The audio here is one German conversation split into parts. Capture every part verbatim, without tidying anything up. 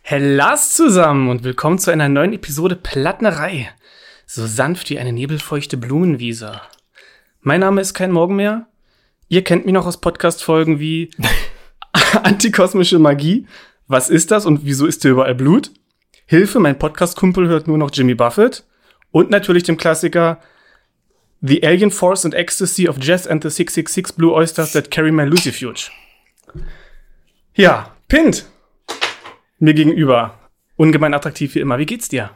Hellas zusammen und willkommen zu einer neuen Episode Plattnerei. So sanft wie eine nebelfeuchte Blumenwiese. Mein Name ist kein Morgen mehr. Ihr kennt mich noch aus Podcast-Folgen wie Antikosmische Magie. Was ist das und wieso ist hier überall Blut? Hilfe, mein Podcast-Kumpel hört nur noch Jimmy Buffett. Und natürlich dem Klassiker The Alien Force and Ecstasy of Jazz and the six six six Blue Oysters that carry my Lucifuge. Ja, Pint. Mir gegenüber. Ungemein attraktiv wie immer. Wie geht's dir?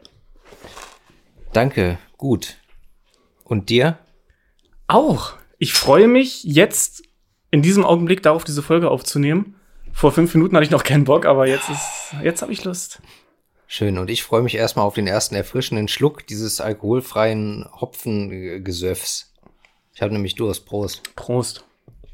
Danke, gut. Und dir? Auch. Ich freue mich jetzt in diesem Augenblick darauf, diese Folge aufzunehmen. Vor fünf Minuten hatte ich noch keinen Bock, aber jetzt ist, jetzt habe ich Lust. Schön. Und ich freue mich erstmal auf den ersten erfrischenden Schluck dieses alkoholfreien Hopfengesöffs. Ich habe nämlich Durst. Prost. Prost.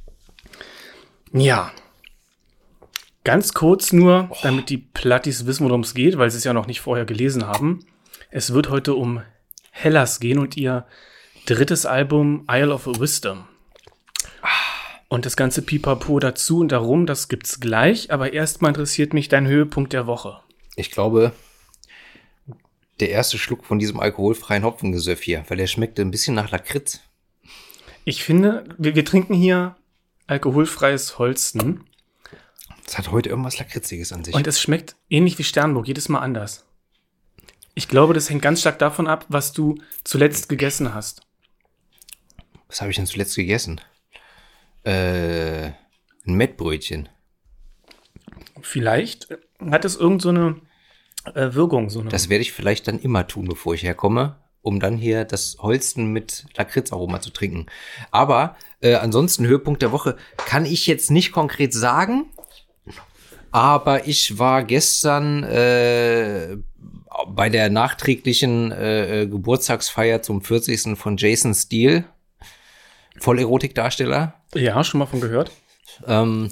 Ja. Ganz kurz nur, damit die Plattis wissen, worum es geht, weil sie es ja noch nicht vorher gelesen haben. Es wird heute um Hellas gehen und ihr drittes Album Isle of Wisdom. Und das ganze Pipapo dazu und darum, das gibt's gleich. Aber erstmal interessiert mich dein Höhepunkt der Woche. Ich glaube, der erste Schluck von diesem alkoholfreien Hopfengesöff hier, weil der schmeckte ein bisschen nach Lakritz. Ich finde, wir, wir trinken hier alkoholfreies Holsten. Es hat heute irgendwas Lakritziges an sich. Und es schmeckt ähnlich wie Sternburg, jedes Mal anders. Ich glaube, das hängt ganz stark davon ab, was du zuletzt gegessen hast. Was habe ich denn zuletzt gegessen? Äh, ein Mettbrötchen. Vielleicht hat es irgend so eine äh, Wirkung. So eine das werde ich vielleicht dann immer tun, bevor ich herkomme, um dann hier das Holsten mit Lakritzaroma zu trinken. Aber äh, ansonsten Höhepunkt der Woche kann ich jetzt nicht konkret sagen. Aber ich war gestern äh, bei der nachträglichen äh, Geburtstagsfeier zum vierzigsten von Jason Steele, Vollerotikdarsteller. Ja, schon mal von gehört. Ähm,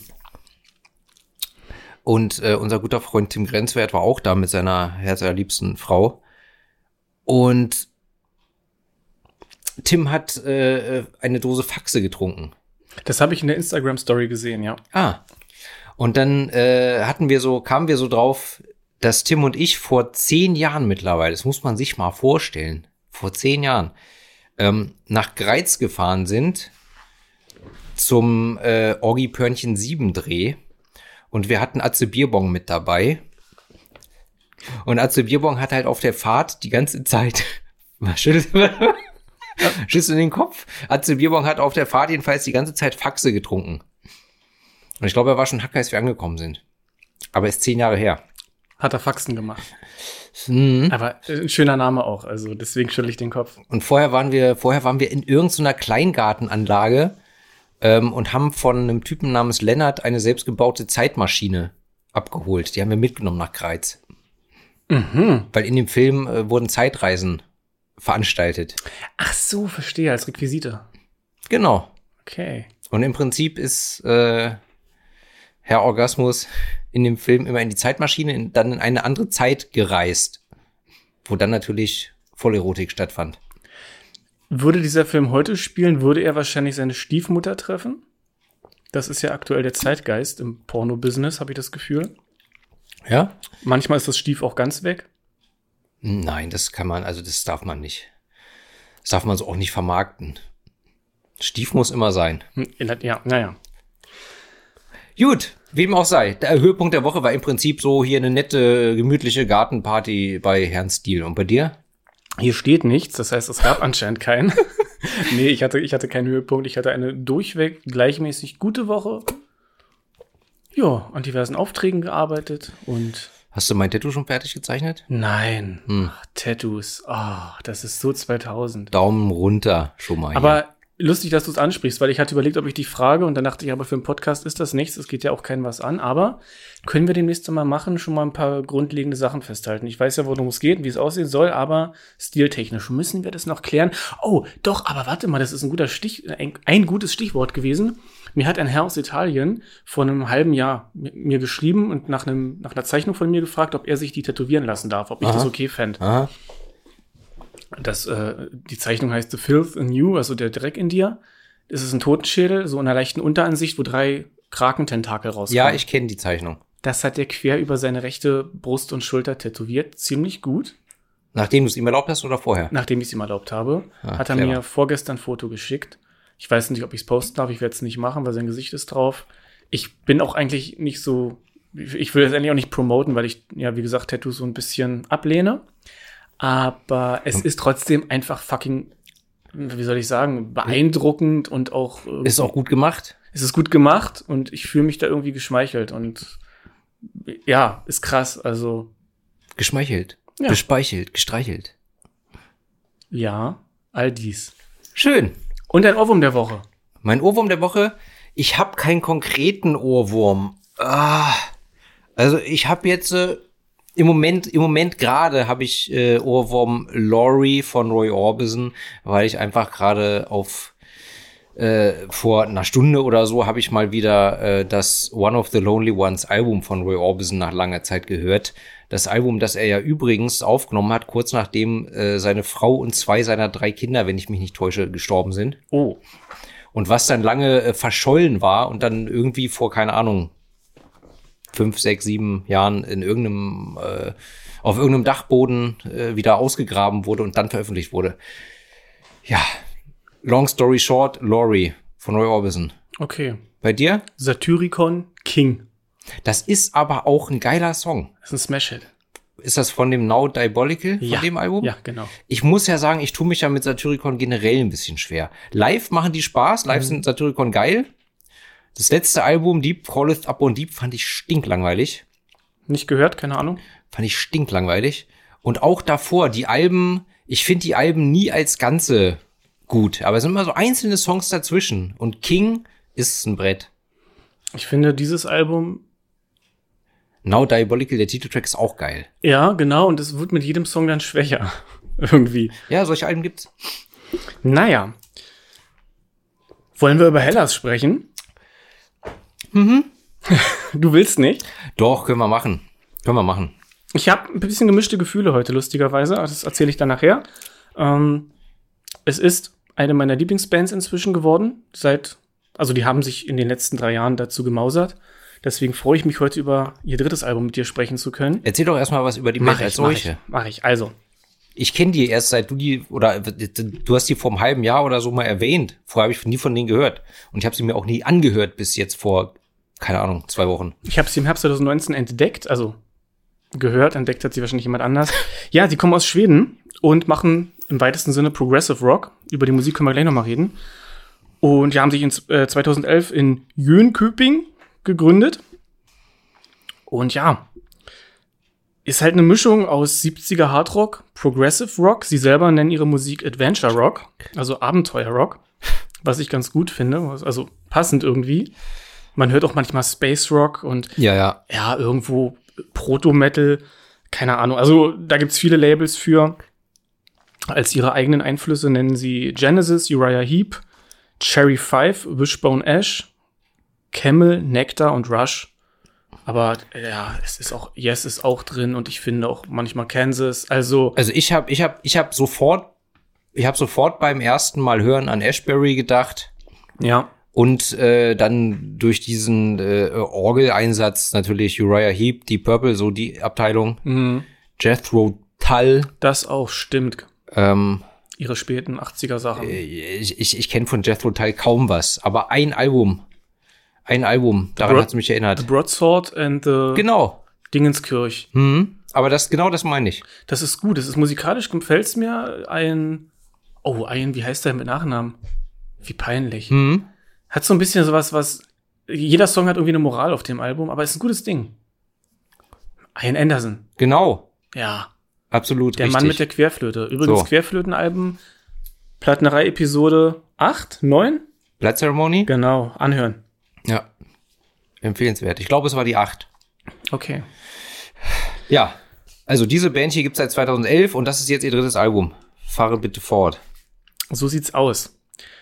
und äh, unser guter Freund Tim Grenzwert war auch da mit seiner herzallerliebsten Frau. Und Tim hat äh, eine Dose Faxe getrunken. Das habe ich in der Instagram-Story gesehen, ja. Ah. Und dann äh, hatten wir so, kamen wir so drauf, dass Tim und ich vor zehn Jahren mittlerweile, das muss man sich mal vorstellen, vor zehn Jahren, ähm, nach Greiz gefahren sind zum äh, Orgi-Pörnchen sieben Dreh. Und wir hatten Atze Bierbong mit dabei. Und Atze Bierbong hat halt auf der Fahrt die ganze Zeit, was schüttelst du schüttelst du in den Kopf? Atze Bierbong hat auf der Fahrt jedenfalls die ganze Zeit Faxe getrunken. Und ich glaube, er war schon hacker, als wir angekommen sind. Aber ist zehn Jahre her. Hat er Faxen gemacht. Mhm. Aber ein schöner Name auch, also deswegen schüttle ich den Kopf. Und vorher waren wir, vorher waren wir in irgendeiner Kleingartenanlage ähm, und haben von einem Typen namens Lennart eine selbstgebaute Zeitmaschine abgeholt. Die haben wir mitgenommen nach Greiz. Mhm. Weil in dem Film äh, wurden Zeitreisen veranstaltet. Ach so, verstehe, als Requisite. Genau. Okay. Und im Prinzip ist äh, Herr Orgasmus in dem Film immer in die Zeitmaschine, in, dann in eine andere Zeit gereist, wo dann natürlich Vollerotik stattfand. Würde dieser Film heute spielen, würde er wahrscheinlich seine Stiefmutter treffen? Das ist ja aktuell der Zeitgeist im Porno-Business, habe ich das Gefühl. Ja? Manchmal ist das Stief auch ganz weg. Nein, das kann man, also das darf man nicht. Das darf man so auch nicht vermarkten. Stief muss immer sein. Ja, naja. Gut, wem auch sei. Der Höhepunkt der Woche war im Prinzip so hier eine nette, gemütliche Gartenparty bei Herrn Steele. Und bei dir? Hier steht nichts, das heißt, es gab anscheinend keinen. Nee, ich hatte, ich hatte keinen Höhepunkt. Ich hatte eine durchweg gleichmäßig gute Woche. Ja, an diversen Aufträgen gearbeitet und... Hast du mein Tattoo schon fertig gezeichnet? Nein. Hm. Ach, Tattoos. Oh, das ist so zweitausend. Daumen runter schon mal. Aber hier. Lustig, dass du es ansprichst, weil ich hatte überlegt, ob ich dich frage und dann dachte ich, aber für einen Podcast ist das nichts, es geht ja auch keinem was an, aber können wir demnächst mal machen, schon mal ein paar grundlegende Sachen festhalten. Ich weiß ja, worum es geht, wie es aussehen soll, aber stiltechnisch müssen wir das noch klären. Oh, doch, aber warte mal, das ist ein guter Stich, ein, ein gutes Stichwort gewesen. Mir hat ein Herr aus Italien vor einem halben Jahr mir geschrieben und nach, einem, nach einer Zeichnung von mir gefragt, ob er sich die tätowieren lassen darf, ob ich Aha. das okay fände. Aha. Das, äh, die Zeichnung heißt The Filth in You, also der Dreck in dir. Es ist ein Totenschädel, so in einer leichten Unteransicht, wo drei Krakententakel rauskommen. Ja, ich kenne die Zeichnung. Das hat er quer über seine rechte Brust und Schulter tätowiert. Ziemlich gut. Nachdem du es ihm erlaubt hast oder vorher? Nachdem ich es ihm erlaubt habe, Ah, hat er clever. mir vorgestern ein Foto geschickt. Ich weiß nicht, ob ich es posten darf. Ich werde es nicht machen, weil sein Gesicht ist drauf. Ich bin auch eigentlich nicht so, ich will das eigentlich auch nicht promoten, weil ich, ja, wie gesagt, Tattoos so ein bisschen ablehne. Aber es ist trotzdem einfach fucking, wie soll ich sagen, beeindruckend und auch. Ist auch gut gemacht. Es ist gut gemacht und ich fühle mich da irgendwie geschmeichelt und ja, ist krass. Also. Geschmeichelt, Ja. bespeichelt, gestreichelt. Ja, all dies. Schön. Und ein Ohrwurm der Woche. Mein Ohrwurm der Woche, ich habe keinen konkreten Ohrwurm. Ah, also ich habe jetzt äh, im Moment, im Moment gerade habe ich äh, Ohrwurm Laurie von Roy Orbison, weil ich einfach gerade auf äh, vor einer Stunde oder so habe ich mal wieder äh, das One of the Lonely Ones Album von Roy Orbison nach langer Zeit gehört. Das Album, das er ja übrigens aufgenommen hat, kurz nachdem äh, seine Frau und zwei seiner drei Kinder, wenn ich mich nicht täusche, gestorben sind. Oh. Und was dann lange äh, verschollen war und dann irgendwie vor, keine Ahnung, fünf, sechs, sieben Jahren in irgendeinem, äh, auf irgendeinem Dachboden äh, wieder ausgegraben wurde und dann veröffentlicht wurde. Ja, long story short, Laurie von Roy Orbison. Okay. Bei dir? Satyricon King. Das ist aber auch ein geiler Song. Das ist ein Smash-Hit. Ist das von dem Now Diabolical, von Ja. dem Album? Ja, genau. Ich muss ja sagen, ich tue mich ja mit Satyricon generell ein bisschen schwer. Live machen die Spaß, live Mhm. sind Satyricon geil. Das letzte Album, Deep Calleth Up on Deep, fand ich stinklangweilig. Nicht gehört, keine Ahnung. Fand ich stinklangweilig. Und auch davor, die Alben, ich finde die Alben nie als Ganze gut. Aber es sind immer so einzelne Songs dazwischen. Und King ist ein Brett. Ich finde dieses Album, Now Diabolical, der Titeltrack, ist auch geil. ja, genau, und es wird mit jedem Song dann schwächer. Irgendwie. Ja, solche Alben gibt's. Naja. Wollen wir über Hellas sprechen? Mhm. Du willst nicht? Doch, können wir machen. Können wir machen. Ich habe ein bisschen gemischte Gefühle heute, lustigerweise. Das erzähle ich dann nachher. Ähm, es ist eine meiner Lieblingsbands inzwischen geworden. Seit, also die haben sich in den letzten drei Jahren dazu gemausert. Deswegen freue ich mich heute über ihr drittes Album mit dir sprechen zu können. Erzähl doch erstmal was über die Mach Band als ich, mach ich, solche. mach ich. Also, Ich kenne die erst seit du die, oder du hast die vor einem halben Jahr oder so mal erwähnt. Vorher habe ich nie von denen gehört. Und ich habe sie mir auch nie angehört bis jetzt vor, keine Ahnung, zwei Wochen. ich habe sie im Herbst zwanzig neunzehn entdeckt, also gehört, entdeckt hat sie wahrscheinlich jemand anders. Ja, sie kommen aus Schweden und machen im weitesten Sinne Progressive Rock. Über die Musik können wir gleich noch mal reden. Und die haben sich in äh, zweitausendelf in Jönköping gegründet. Und ja, ist halt eine Mischung aus siebziger Hardrock, Progressive Rock. Sie selber nennen ihre Musik Adventure Rock, also Abenteuer Rock, was ich ganz gut finde, also passend irgendwie. Man hört auch manchmal Space Rock und Ja, ja. ja, irgendwo Proto-Metal, keine Ahnung. Also da gibt's viele Labels für. Als ihre eigenen Einflüsse nennen sie Genesis, Uriah Heep, Cherry Five, Wishbone Ash, Camel, Nectar und Rush. Aber ja, es ist auch, Yes ist auch drin und ich finde auch manchmal Kansas. Also, Also ich habe ich hab, ich hab sofort, ich habe sofort beim ersten Mal hören an Ashbury gedacht. ja, Und äh, dann durch diesen äh, Orgeleinsatz natürlich Uriah Heep, die Purple, so die Abteilung. mhm. Jethro Tull. Das auch stimmt. Ähm, Ihre späten achtziger Sachen. ich ich, ich kenne von Jethro Tull kaum was, aber ein Album. Ein Album, daran Broad- hat's mich The erinnert. Broadsword and the Genau. Dingenskirch. Mhm. Aber das genau das meine ich. Das ist gut. Das ist musikalisch, gefällt's mir. Ein, oh, ein, wie heißt der mit Nachnamen? Wie peinlich. Mhm. Hat so ein bisschen sowas, was, jeder Song hat irgendwie eine Moral auf dem Album, aber ist ein gutes Ding. Ian Anderson. Genau. Ja. Absolut Der richtig. Mann mit der Querflöte. Übrigens, So. Querflötenalben, Plattenerei Episode acht, neun? Blattzeremonie? Genau, anhören. Ja. Empfehlenswert. Ich glaube, es war die acht. Okay. Ja. Also diese Band hier gibt's seit zweitausendelf und das ist jetzt ihr drittes Album. Fahre bitte fort. So sieht's aus.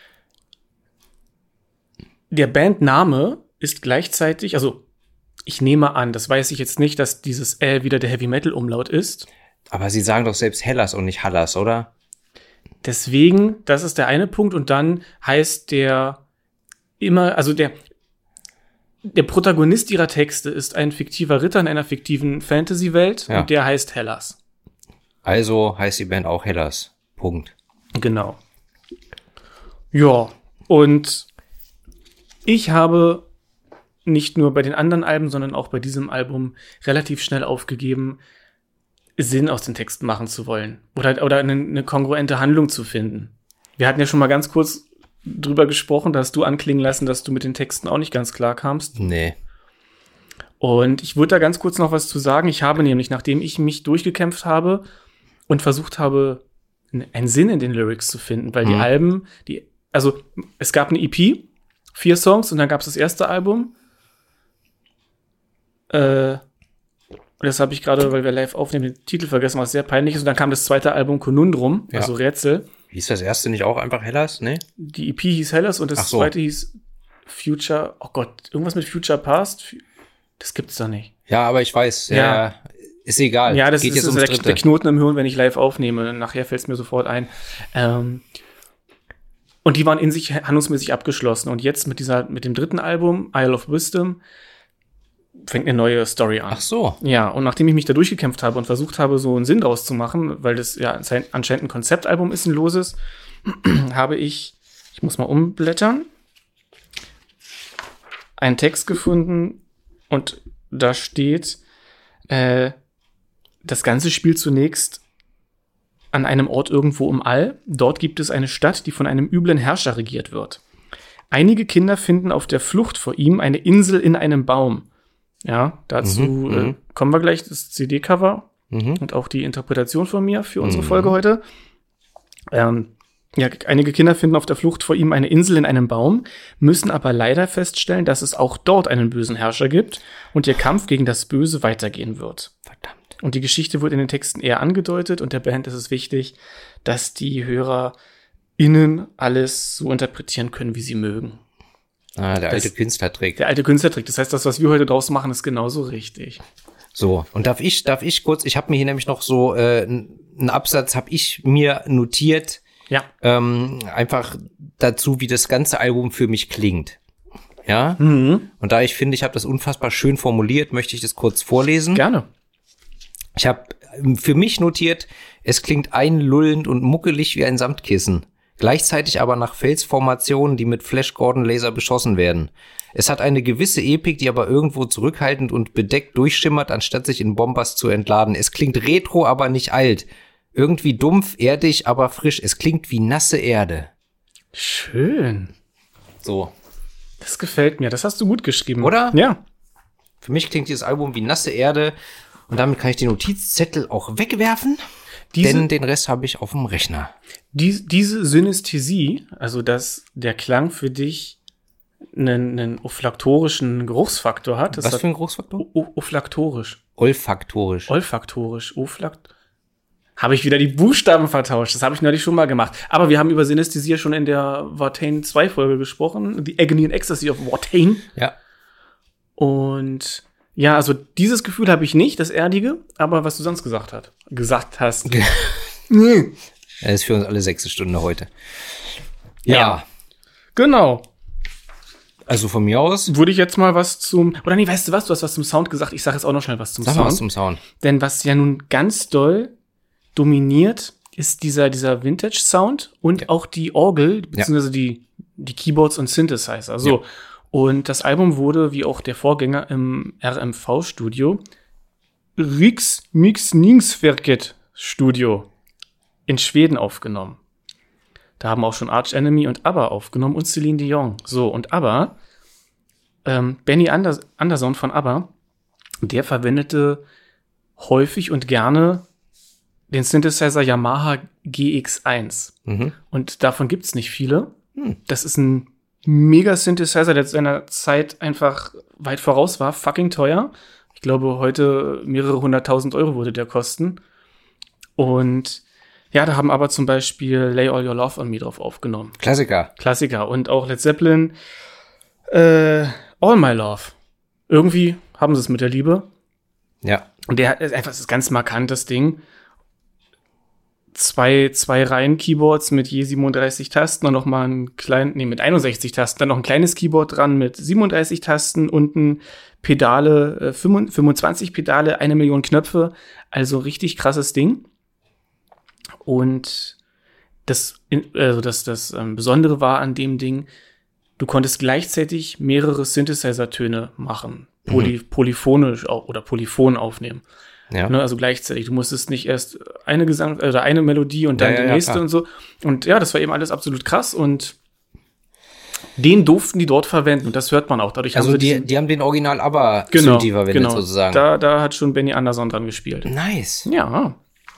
Der Bandname ist gleichzeitig, also ich nehme an, das weiß ich jetzt nicht, dass dieses L wieder der Heavy Metal Umlaut ist. Aber sie sagen doch selbst Hellas und nicht Hallas, oder? Deswegen, das ist der eine Punkt und dann heißt der immer, also der der Protagonist ihrer Texte ist ein fiktiver Ritter in einer fiktiven Fantasy-Welt Ja. und der heißt Hellas. Also heißt die Band auch Hellas. Punkt. Genau. Ja, und ich habe nicht nur bei den anderen Alben, sondern auch bei diesem Album relativ schnell aufgegeben, Sinn aus den Texten machen zu wollen. Oder, oder eine, eine kongruente Handlung zu finden. Wir hatten ja schon mal ganz kurz drüber gesprochen, da hast du anklingen lassen, dass du mit den Texten auch nicht ganz klar kamst. Nee. Und ich würde da ganz kurz noch was zu sagen. Ich habe nämlich, nachdem ich mich durchgekämpft habe und versucht habe, einen Sinn in den Lyrics zu finden, weil die Mhm. Alben, die, also es gab eine E P, vier Songs und dann gab es das erste Album. Äh, und das habe ich gerade, weil wir live aufnehmen, den Titel vergessen, was sehr peinlich ist. Und dann kam das zweite Album Conundrum, Ja. also Rätsel. Hieß das erste nicht auch einfach Hellas? Nee? Die E P hieß Hellas und das Ach so. zweite hieß Future, oh Gott, irgendwas mit Future Past. Das gibt's doch nicht. Ja, aber ich weiß. Ja. Ja. Ist egal. Ja, das Geht ist, jetzt ist ums der, der Dritte. Knoten im Hirn, wenn ich live aufnehme. Nachher fällt es mir sofort ein. Ähm, und die waren in sich handlungsmäßig abgeschlossen. Und jetzt mit dieser, mit dem dritten Album, Isle of Wisdom, fängt eine neue Story an. Ach so. Ja, und nachdem ich mich da durchgekämpft habe und versucht habe, so einen Sinn draus zu machen, weil das ja anscheinend ein Konzeptalbum ist, ein loses, habe ich, ich muss mal umblättern, einen Text gefunden und da steht, äh, das Ganze spielt zunächst an einem Ort irgendwo im All. Dort gibt es eine Stadt, die von einem üblen Herrscher regiert wird. Einige Kinder finden auf der Flucht vor ihm eine Insel in einem Baum. Ja, dazu Mhm, äh, mhm. kommen wir gleich, das C D-Cover Mhm. und auch die Interpretation von mir für unsere Mhm. Folge heute. Ähm, ja, einige Kinder finden auf der Flucht vor ihm eine Insel in einem Baum, müssen aber leider feststellen, dass es auch dort einen bösen Herrscher gibt und ihr Kampf gegen das Böse weitergehen wird. Verdammt. Und die Geschichte wird in den Texten eher angedeutet und der Band ist es wichtig, dass die HörerInnen alles so interpretieren können, wie sie mögen. Ah, der Das- alte Künstlertrick. Der alte Künstlertrick. Das heißt, das, was wir heute draus machen, ist genauso richtig. So, und darf ich, darf ich kurz, ich habe mir hier nämlich noch so äh, einen Absatz, habe ich mir notiert, Ja. ähm, einfach dazu, wie das ganze Album für mich klingt. Ja? Mhm. Und da ich finde, ich habe das unfassbar schön formuliert, möchte ich das kurz vorlesen. Gerne. Ich habe für mich notiert, es klingt einlullend und muckelig wie ein Samtkissen. Gleichzeitig aber nach Felsformationen, die mit Flash-Gordon-Laser beschossen werden. Es hat eine gewisse Epik, die aber irgendwo zurückhaltend und bedeckt durchschimmert, anstatt sich in Bombast zu entladen. Es klingt retro, aber nicht alt. Irgendwie dumpf, erdig, aber frisch. Es klingt wie nasse Erde. Schön. So. Das gefällt mir. Das hast du gut geschrieben. Oder? Ja. Für mich klingt dieses Album wie nasse Erde. Und damit kann ich die Notizzettel auch wegwerfen. Diese, denn den Rest habe ich auf dem Rechner. die, diese Synästhesie, also dass der Klang für dich einen, einen olfaktorischen Geruchsfaktor hat. Das Was hat, für ein Großfaktor? o- o- olfaktorisch. Olfaktorisch. Olfaktorisch. Olfakt. Habe ich wieder die Buchstaben vertauscht. Das habe ich neulich schon mal gemacht. Aber wir haben über Synästhesie schon in der Watain zwei Folge gesprochen. The Agony and Ecstasy of Watain. Ja. Und ja, also dieses Gefühl habe ich nicht, das Erdige, aber was du sonst gesagt hast. Gesagt hast. Das ist für uns alle sechste Stunde heute. Ja. Ja. Genau. Also von mir aus. Würde ich jetzt mal was zum, oder nee, weißt du was, du hast was zum Sound gesagt, ich sage jetzt auch noch schnell was zum Sag mal Sound. was zum Sound. Denn was ja nun ganz doll dominiert, ist dieser, dieser Vintage-Sound und Ja. auch die Orgel, beziehungsweise die, die Keyboards und Synthesizer. So. Ja. Und das Album wurde, wie auch der Vorgänger, im R M V-Studio, Riksmixningsverket Studio in Schweden aufgenommen. Da haben auch schon Arch Enemy und ABBA aufgenommen und Celine Dion. So, und ABBA, ähm, Benny Anders- Andersson von ABBA, der verwendete häufig und gerne den Synthesizer Yamaha G X eins. Mhm. Und davon gibt's nicht viele. Hm. Das ist ein Mega-Synthesizer, der seiner Zeit einfach weit voraus war. Fucking teuer. Ich glaube, heute mehrere hunderttausend Euro würde der kosten. Und ja, da haben aber zum Beispiel Lay All Your Love on Me drauf aufgenommen. Klassiker. Klassiker. Und auch Led Zeppelin, äh, All My Love. Irgendwie haben sie es mit der Liebe. Ja. Und der ist einfach das ganz markantes Ding. zwei, zwei Reihen Keyboards mit je siebenunddreißig Tasten und noch mal ein klein, nee, mit einundsechzig Tasten, dann noch ein kleines Keyboard dran mit siebenunddreißig Tasten, unten Pedale, äh, fünfundzwanzig Pedale, eine Million Knöpfe, also richtig krasses Ding. Und das, also das, das ähm, Besondere war an dem Ding, du konntest gleichzeitig mehrere Synthesizer-Töne machen, poly, mhm. polyphonisch au- oder polyphon aufnehmen. Ja. Ne, also gleichzeitig. Du musstest nicht erst eine Gesang oder eine Melodie und dann ja, die ja, nächste ja, und so. Und ja, das war eben alles absolut krass und den durften die dort verwenden. Und das hört man auch. Dadurch also haben sie die, diesen, die haben den Original aber genau, Synthi verwendet genau. sozusagen. Da, da hat schon Benny Andersson dran gespielt. Nice. Ja.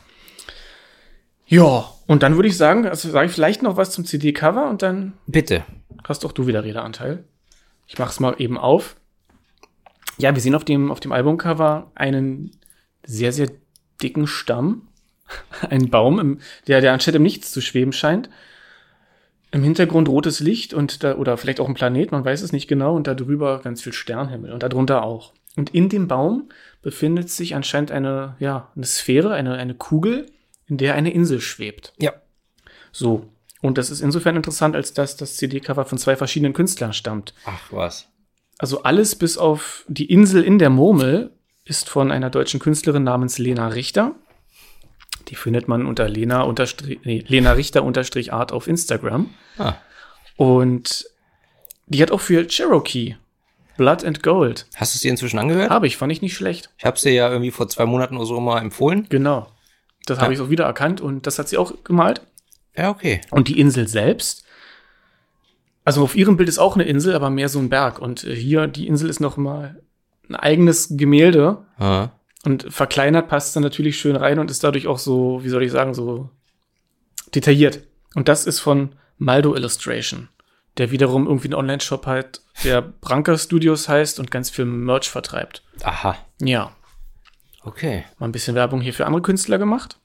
Ja, und dann würde ich sagen, also sage ich vielleicht noch was zum C D-Cover und dann bitte. Hast doch du wieder Redeanteil. Ich mach's mal eben auf. Ja, wir sehen auf dem, auf dem Albumcover einen sehr, sehr dicken Stamm. Ein Baum, im, der, der anstatt im Nichts zu schweben scheint. Im Hintergrund rotes Licht und da, oder vielleicht auch ein Planet, man weiß es nicht genau, und da drüber ganz viel Sternhimmel und darunter auch. Und in dem Baum befindet sich anscheinend eine, ja, eine Sphäre, eine, eine Kugel, in der eine Insel schwebt. Ja. So. Und das ist insofern interessant, als dass das C D-Cover von zwei verschiedenen Künstlern stammt. Ach, was. Also alles bis auf die Insel in der Murmel ist von einer deutschen Künstlerin namens Lena Richter. Die findet man unter Lena, unterstrich, nee, Lena Richter unterstrich Art auf Instagram. Ah. Und die hat auch für Cherokee Blood and Gold. Hast du sie inzwischen angehört? Habe ich, fand ich nicht schlecht. Ich habe sie ja irgendwie vor zwei Monaten oder so mal empfohlen. Genau. Das ja. habe ich auch wieder erkannt und das hat sie auch gemalt. Ja, okay. Und die Insel selbst, also auf ihrem Bild ist auch eine Insel, aber mehr so ein Berg. Und hier, die Insel ist noch mal ein eigenes Gemälde. Aha. Und verkleinert passt dann natürlich schön rein und ist dadurch auch so, wie soll ich sagen, so detailliert. Und das ist von Maldo Illustration, der wiederum irgendwie einen Online-Shop hat, der Branca Studios heißt und ganz viel Merch vertreibt. Aha. Ja. Okay. Mal ein bisschen Werbung hier für andere Künstler gemacht.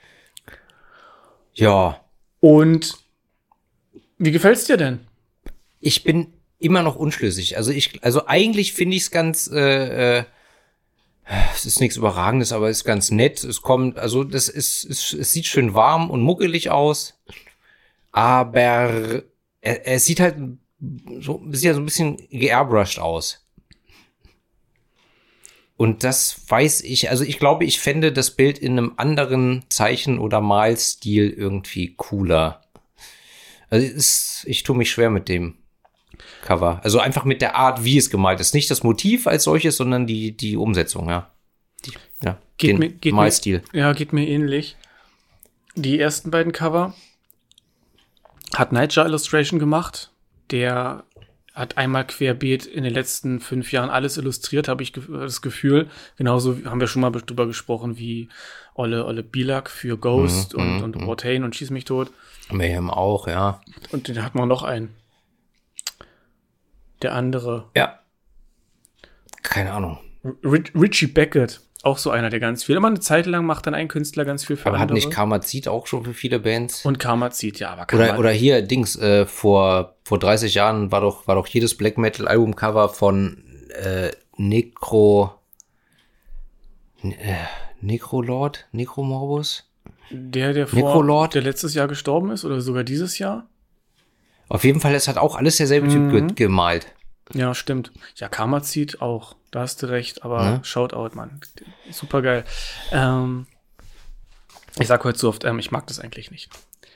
Ja. Und wie gefällt's dir denn? Ich bin immer noch unschlüssig. Also ich, also eigentlich finde ich es ganz, äh, äh, es ist nichts Überragendes, aber es ist ganz nett. Es kommt, also das ist, es, es sieht schön warm und muckelig aus, aber er, er sieht halt so, sieht ja so ein bisschen geairbrushed aus. Und das weiß ich, also ich glaube, ich fände das Bild in einem anderen Zeichen- oder Malstil irgendwie cooler. Also es ist, ich tue mich schwer mit dem Cover. Also einfach mit der Art, wie es gemalt ist. Nicht das Motiv als solches, sondern die, die Umsetzung, ja. Die, ja, geht den mir, geht Malstil. Mir, ja, geht mir ähnlich. Die ersten beiden Cover hat Nightjar Illustration gemacht. Der hat einmal querbeet in den letzten fünf Jahren alles illustriert, habe ich ge- das Gefühl. Genauso haben wir schon mal drüber gesprochen, wie Olle, Olle Bilak für Ghost Mhm, und, mhm, und mhm. Watain und Schieß mich tot. Mayhem auch, ja. Und den hat man noch einen. Der andere. Ja. Keine Ahnung. Rich, Richie Beckett, auch so einer, der ganz viel. Immer eine Zeit lang macht dann ein Künstler ganz viel für Aber andere. hat nicht Karmazit auch schon für viele Bands? Und Karmazit, ja, aber Karmazit. Oder, oder hier, Dings, äh, vor, vor dreißig Jahren war doch, war doch jedes Black Metal Albumcover von äh, Necro äh, Necrolord? Necromorbus? Der, der vor, Necrolord? der letztes Jahr gestorben ist oder sogar dieses Jahr? Auf jeden Fall, es hat auch alles derselbe Mhm. Typ ge- gemalt. Ja, stimmt. Ja, Karmazit auch. Da hast du recht, aber Ne? Shoutout, Mann. Super geil. Ähm, ich sag heute so oft, ähm, ich mag das eigentlich nicht.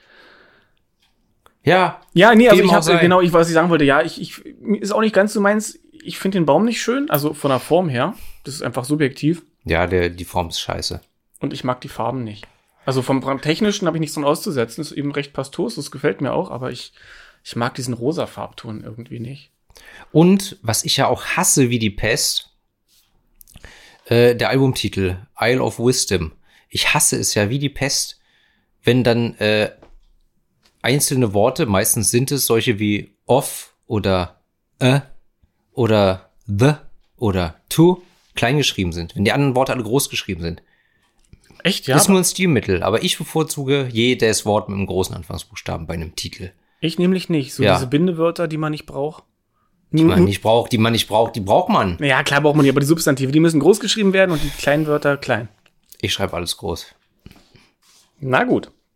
Ja. Ja, nee, also Dem ich auch habe sei. genau, ich was ich sagen wollte, ja, ich, ich ist auch nicht ganz so meins. Ich finde den Baum nicht schön, also von der Form her. Das ist einfach subjektiv. Ja, der, die Form ist scheiße. Und ich mag die Farben nicht. Also vom vom Technischen habe ich nichts dran auszusetzen. Ist eben recht pastos, das gefällt mir auch, aber ich, ich mag diesen rosa Farbton irgendwie nicht. Und was ich ja auch hasse wie die Pest, äh, der Albumtitel Isle of Wisdom. Ich hasse es ja wie die Pest, wenn dann äh, einzelne Worte, meistens sind es solche wie off oder äh oder the oder to, klein geschrieben sind. Wenn die anderen Worte alle groß geschrieben sind. Echt, ja? Ist nur ein Stilmittel, aber ich bevorzuge jedes Wort mit einem großen Anfangsbuchstaben bei einem Titel. Ich nämlich nicht. So Ja. diese Bindewörter, die man nicht braucht. Die man nicht braucht, die man nicht braucht, die braucht man. Ja, klar braucht man die, aber die Substantive, die müssen groß geschrieben werden und die kleinen Wörter klein. Ich schreibe alles groß. Na gut.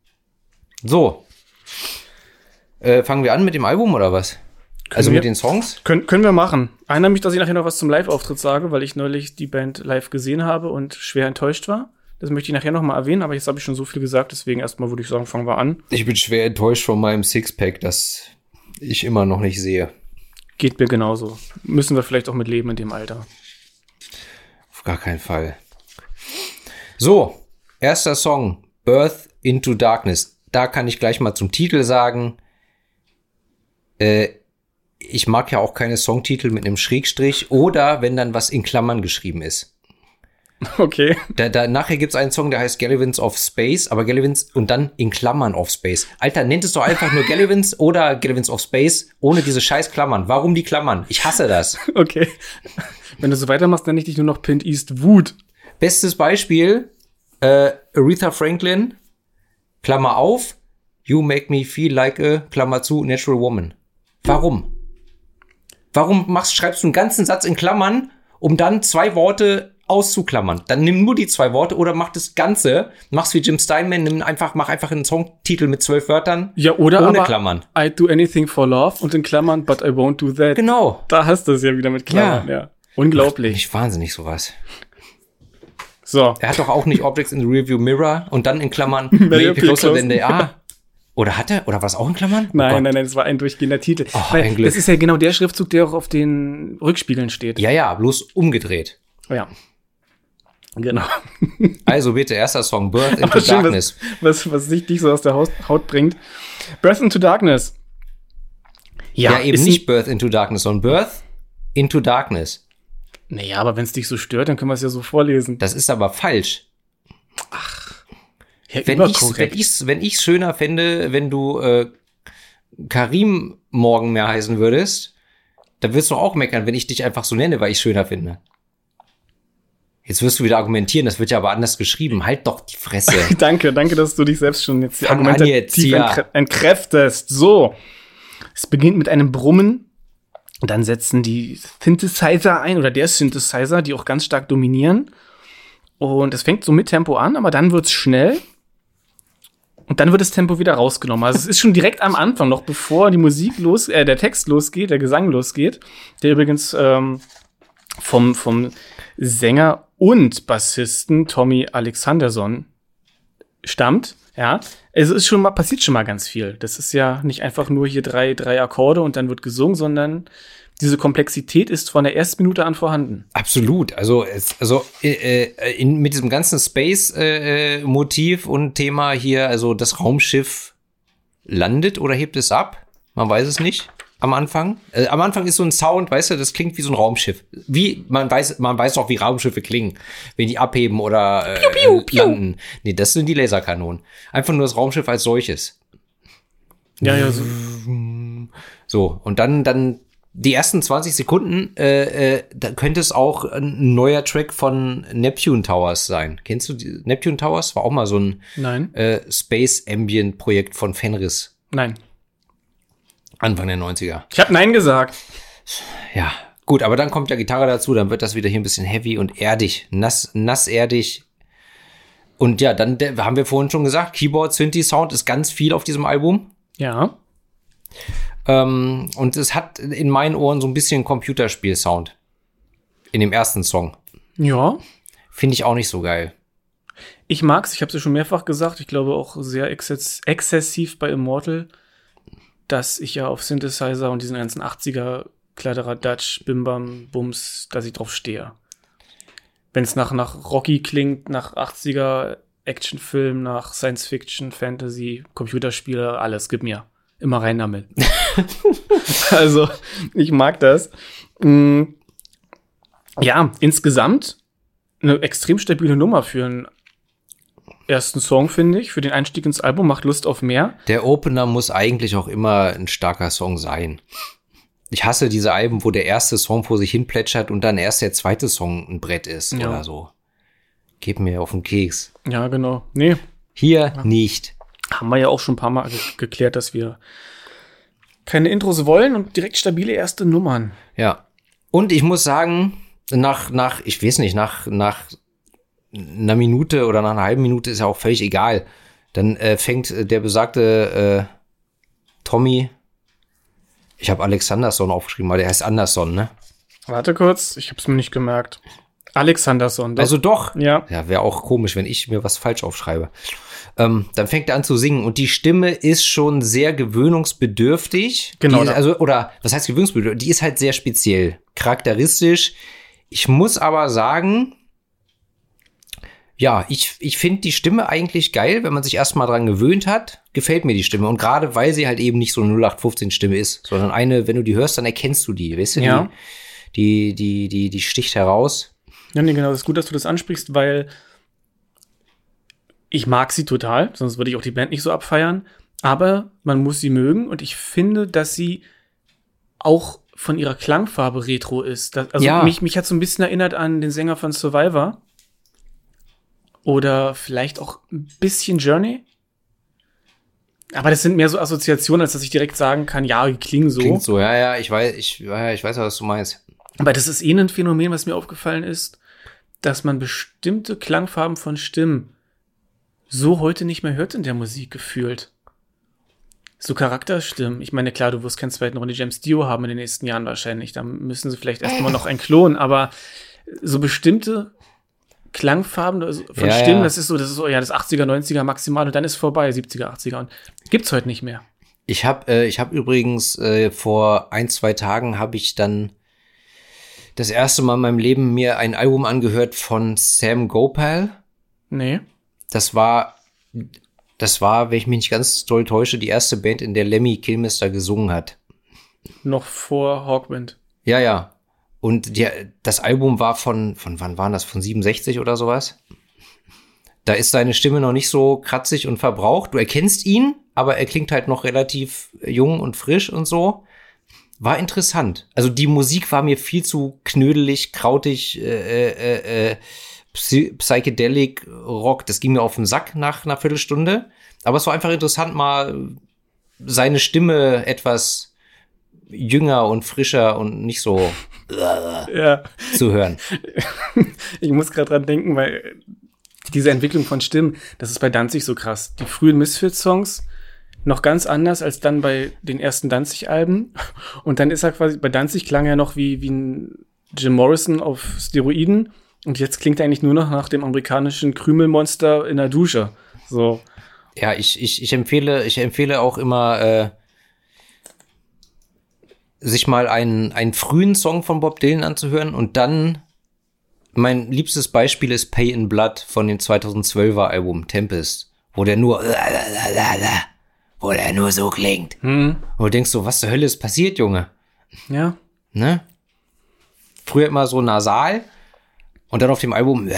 So. Äh, fangen wir an mit dem Album oder was? Also wir, mit den Songs? Können, können wir machen. Erinnere mich, dass ich nachher noch was zum Live-Auftritt sage, weil ich neulich die Band live gesehen habe und schwer enttäuscht war. Das möchte ich nachher noch mal erwähnen, aber jetzt habe ich schon so viel gesagt, deswegen erstmal würde ich sagen, fangen wir an. Ich bin schwer enttäuscht von meinem Sixpack, das ich immer noch nicht sehe. Geht mir genauso. Müssen wir vielleicht auch mit leben in dem Alter. Auf gar keinen Fall. So, erster Song, Birth into Darkness. Da kann ich gleich mal zum Titel sagen, äh, ich mag ja auch keine Songtitel mit einem Schrägstrich oder wenn dann was in Klammern geschrieben ist. Okay. Da, da, nachher gibt's einen Song, der heißt Gallivants of Space, aber Gallivants und dann in Klammern of Space. Alter, nennt es doch einfach nur Gallivants oder Gallivants of Space ohne diese scheiß Klammern. Warum die Klammern? Ich hasse das. Okay. Wenn du so weitermachst, nenne ich dich nur noch Pint East Wood. Bestes Beispiel, äh, Aretha Franklin, Klammer auf, You make me feel like a, Klammer zu, natural woman. Warum? Warum machst, schreibst du einen ganzen Satz in Klammern, um dann zwei Worte auszuklammern? Dann nimm nur die zwei Worte oder mach das Ganze, mach's wie Jim Steinman, nimm einfach, mach einfach einen Songtitel mit zwölf Wörtern. Ja, oder ohne aber Klammern. I do anything for love und in Klammern, but I won't do that. Genau. Da hast du es ja wieder mit Klammern, ja. ja. Unglaublich. Nicht wahnsinnig sowas. So. Er hat doch auch nicht Objects in the Rearview Mirror und dann in Klammern Maybe closer than they are. Oder hat er? Oder war es auch in Klammern? Oh nein, Gott. nein, nein, das war ein durchgehender Titel. Oh, Weil ein Glück. das ist ja genau der Schriftzug, der auch auf den Rückspiegeln steht. Ja, ja, bloß umgedreht. Ja. Genau. Also bitte, erster Song, Birth into Aber schön, Darkness. Was, was, was sich dich so aus der Haut, Haut bringt. Birth into Darkness. Ja, ja eben ist nicht Birth into Darkness, sondern Birth into Darkness. Naja, aber wenn es dich so stört, dann können wir es ja so vorlesen. Das ist aber falsch. Ja, wenn ich's, wenn ich's, wenn ich's schöner fände, wenn du äh, Karim morgen mehr heißen würdest, dann würdest du auch meckern, wenn ich dich einfach so nenne, weil ich schöner finde. Jetzt wirst du wieder argumentieren, das wird ja aber anders geschrieben. Halt doch die Fresse. danke, danke, dass du dich selbst schon jetzt die Fang Argumente an jetzt, tief ja. entkr- entkräftest. So. Es beginnt mit einem Brummen. Dann setzen die Synthesizer ein, oder der Synthesizer, die auch ganz stark dominieren. Und es fängt so mit Tempo an, aber dann wird's schnell. Und dann wird das Tempo wieder rausgenommen. Also es ist schon direkt am Anfang, noch bevor die Musik los, äh, der Text losgeht, der Gesang losgeht, der übrigens ähm, vom, vom Sänger und Bassisten Tommy Alexanderson stammt. Ja, es ist schon mal, passiert schon mal ganz viel. Das ist ja nicht einfach nur hier drei, drei Akkorde und dann wird gesungen, sondern diese Komplexität ist von der ersten Minute an vorhanden. Absolut. Also, es, also äh, in, mit diesem ganzen Space-Motiv äh, und Thema hier, also das Raumschiff landet oder hebt es ab? Man weiß es nicht. Am Anfang. Äh, am Anfang ist so ein Sound, weißt du, das klingt wie so ein Raumschiff. Wie, man weiß, man weiß auch, wie Raumschiffe klingen, wenn die abheben oder äh, piu, piu, piu. landen. Nee, das sind die Laserkanonen. Einfach nur das Raumschiff als solches. Ja, ja, so. So, und dann, dann die ersten zwanzig Sekunden, äh, äh, da könnte es auch ein neuer Track von Neptune Towers sein. Kennst du die? Neptune Towers? War auch mal so ein Nein. Äh, Space Ambient Projekt von Fenris. Nein. Anfang der neunziger. Ich habe Nein gesagt. Ja, gut, aber dann kommt ja Gitarre dazu, dann wird das wieder hier ein bisschen heavy und erdig, nass, nasserdig. Und ja, dann der, haben wir vorhin schon gesagt, Keyboard, Synthi-Sound ist ganz viel auf diesem Album. Ja. Ähm, und es hat in meinen Ohren so ein bisschen Computerspiel-Sound. In dem ersten Song. Ja. Finde ich auch nicht so geil. Ich mag's, ich habe es ja schon mehrfach gesagt, ich glaube auch sehr exzess- exzessiv bei Immortal, dass ich ja auf Synthesizer und diesen ganzen achtziger Kladderadatsch, Bimbam, Bums, dass ich drauf stehe. Wenn es nach, nach Rocky klingt, nach achtziger Actionfilm, nach Science-Fiction, Fantasy, Computerspiele, alles, gib mir. Immer rein damit. Also, ich mag das. Mm, ja, insgesamt eine extrem stabile Nummer für einen ersten Song, finde ich. Für den Einstieg ins Album, macht Lust auf mehr. Der Opener muss eigentlich auch immer ein starker Song sein. Ich hasse diese Alben, wo der erste Song vor sich hin plätschert und dann erst der zweite Song ein Brett ist Ja. oder so. Geht mir auf den Keks. Ja, genau. Nee, Hier nicht. haben wir ja auch schon ein paar Mal ge- geklärt, dass wir keine Intros wollen und direkt stabile erste Nummern. Ja. Und ich muss sagen, nach, nach, ich weiß nicht, nach, nach einer Minute oder nach einer halben Minute ist ja auch völlig egal. Dann äh, fängt äh, der besagte äh, Tommy, ich habe Alexanderson aufgeschrieben, weil der heißt Anderson, ne? Warte kurz, ich hab's mir nicht gemerkt. Alexanderson. Doch. Also doch. Ja. Ja, wäre auch komisch, wenn ich mir was falsch aufschreibe. Ähm, dann fängt er an zu singen und die Stimme ist schon sehr gewöhnungsbedürftig. Genau. Die ist, also, oder was heißt gewöhnungsbedürftig? Die ist halt sehr speziell, charakteristisch. Ich muss aber sagen, ja, ich, ich finde die Stimme eigentlich geil, wenn man sich erstmal dran gewöhnt hat, gefällt mir die Stimme. Und gerade weil sie halt eben nicht so eine null acht fünfzehn Stimme ist, sondern eine, wenn du die hörst, dann erkennst du die, weißt du? Ja. Die, die, die, die, die sticht heraus. Ja, nee, genau, das ist gut, dass du das ansprichst, weil ich mag sie total, sonst würde ich auch die Band nicht so abfeiern. Aber man muss sie mögen und ich finde, dass sie auch von ihrer Klangfarbe retro ist. Das, also Ja. mich, mich hat so ein bisschen erinnert an den Sänger von Survivor. Oder vielleicht auch ein bisschen Journey. Aber das sind mehr so Assoziationen, als dass ich direkt sagen kann, ja, die klingen so. Klingt so, ja, ja, ich weiß, ich, ja, ich weiß, was du meinst. Aber das ist eh ein Phänomen, was mir aufgefallen ist, dass man bestimmte Klangfarben von Stimmen so heute nicht mehr hört in der Musik gefühlt. So Charakterstimmen. Ich meine, klar, du wirst keinen zweiten Ronnie James Dio haben in den nächsten Jahren wahrscheinlich. Da müssen sie vielleicht erstmal noch einen Klon, aber so bestimmte Klangfarben also von Ja, Stimmen, ja. das ist so, das ist so, ja, das achtziger, neunziger maximal und dann ist vorbei, siebziger, achtziger und gibt's heute nicht mehr. Ich habe äh, ich hab übrigens äh, vor ein, zwei Tagen habe ich dann das erste Mal in meinem Leben mir ein Album angehört von Sam Gopal. Nee. Das war, das war, wenn ich mich nicht ganz doll täusche, die erste Band, in der Lemmy Kilmister gesungen hat. Noch vor Hawkwind. Ja, ja. Und die, das Album war von, von wann war das? Von siebenundsechzig oder sowas? Da ist seine Stimme noch nicht so kratzig und verbraucht. Du erkennst ihn, aber er klingt halt noch relativ jung und frisch und so. War interessant. Also die Musik war mir viel zu knödelig, krautig, äh, äh, äh, Psy- Psychedelic Rock. Das ging mir auf den Sack nach einer Viertelstunde. Aber es war einfach interessant, mal seine Stimme etwas jünger und frischer und nicht so Ja. zu hören. Ich muss gerade dran denken, weil diese Entwicklung von Stimmen, das ist bei Danzig so krass. Die frühen Misfits-Songs noch ganz anders als dann bei den ersten Danzig-Alben. Und dann ist er quasi, bei Danzig klang er noch wie, wie ein Jim Morrison auf Steroiden. Und jetzt klingt er eigentlich nur noch nach dem amerikanischen Krümelmonster in der Dusche. So. Ja, ich, ich, ich empfehle, ich empfehle auch immer, äh, sich mal einen, einen frühen Song von Bob Dylan anzuhören und dann, mein liebstes Beispiel ist Pay in Blood von dem zweitausendzwölfer Album Tempest, wo der nur, wo der nur so klingt. Hm. Und du denkst so, was zur Hölle ist passiert, Junge? Ja. Ne? Früher immer so nasal und dann auf dem Album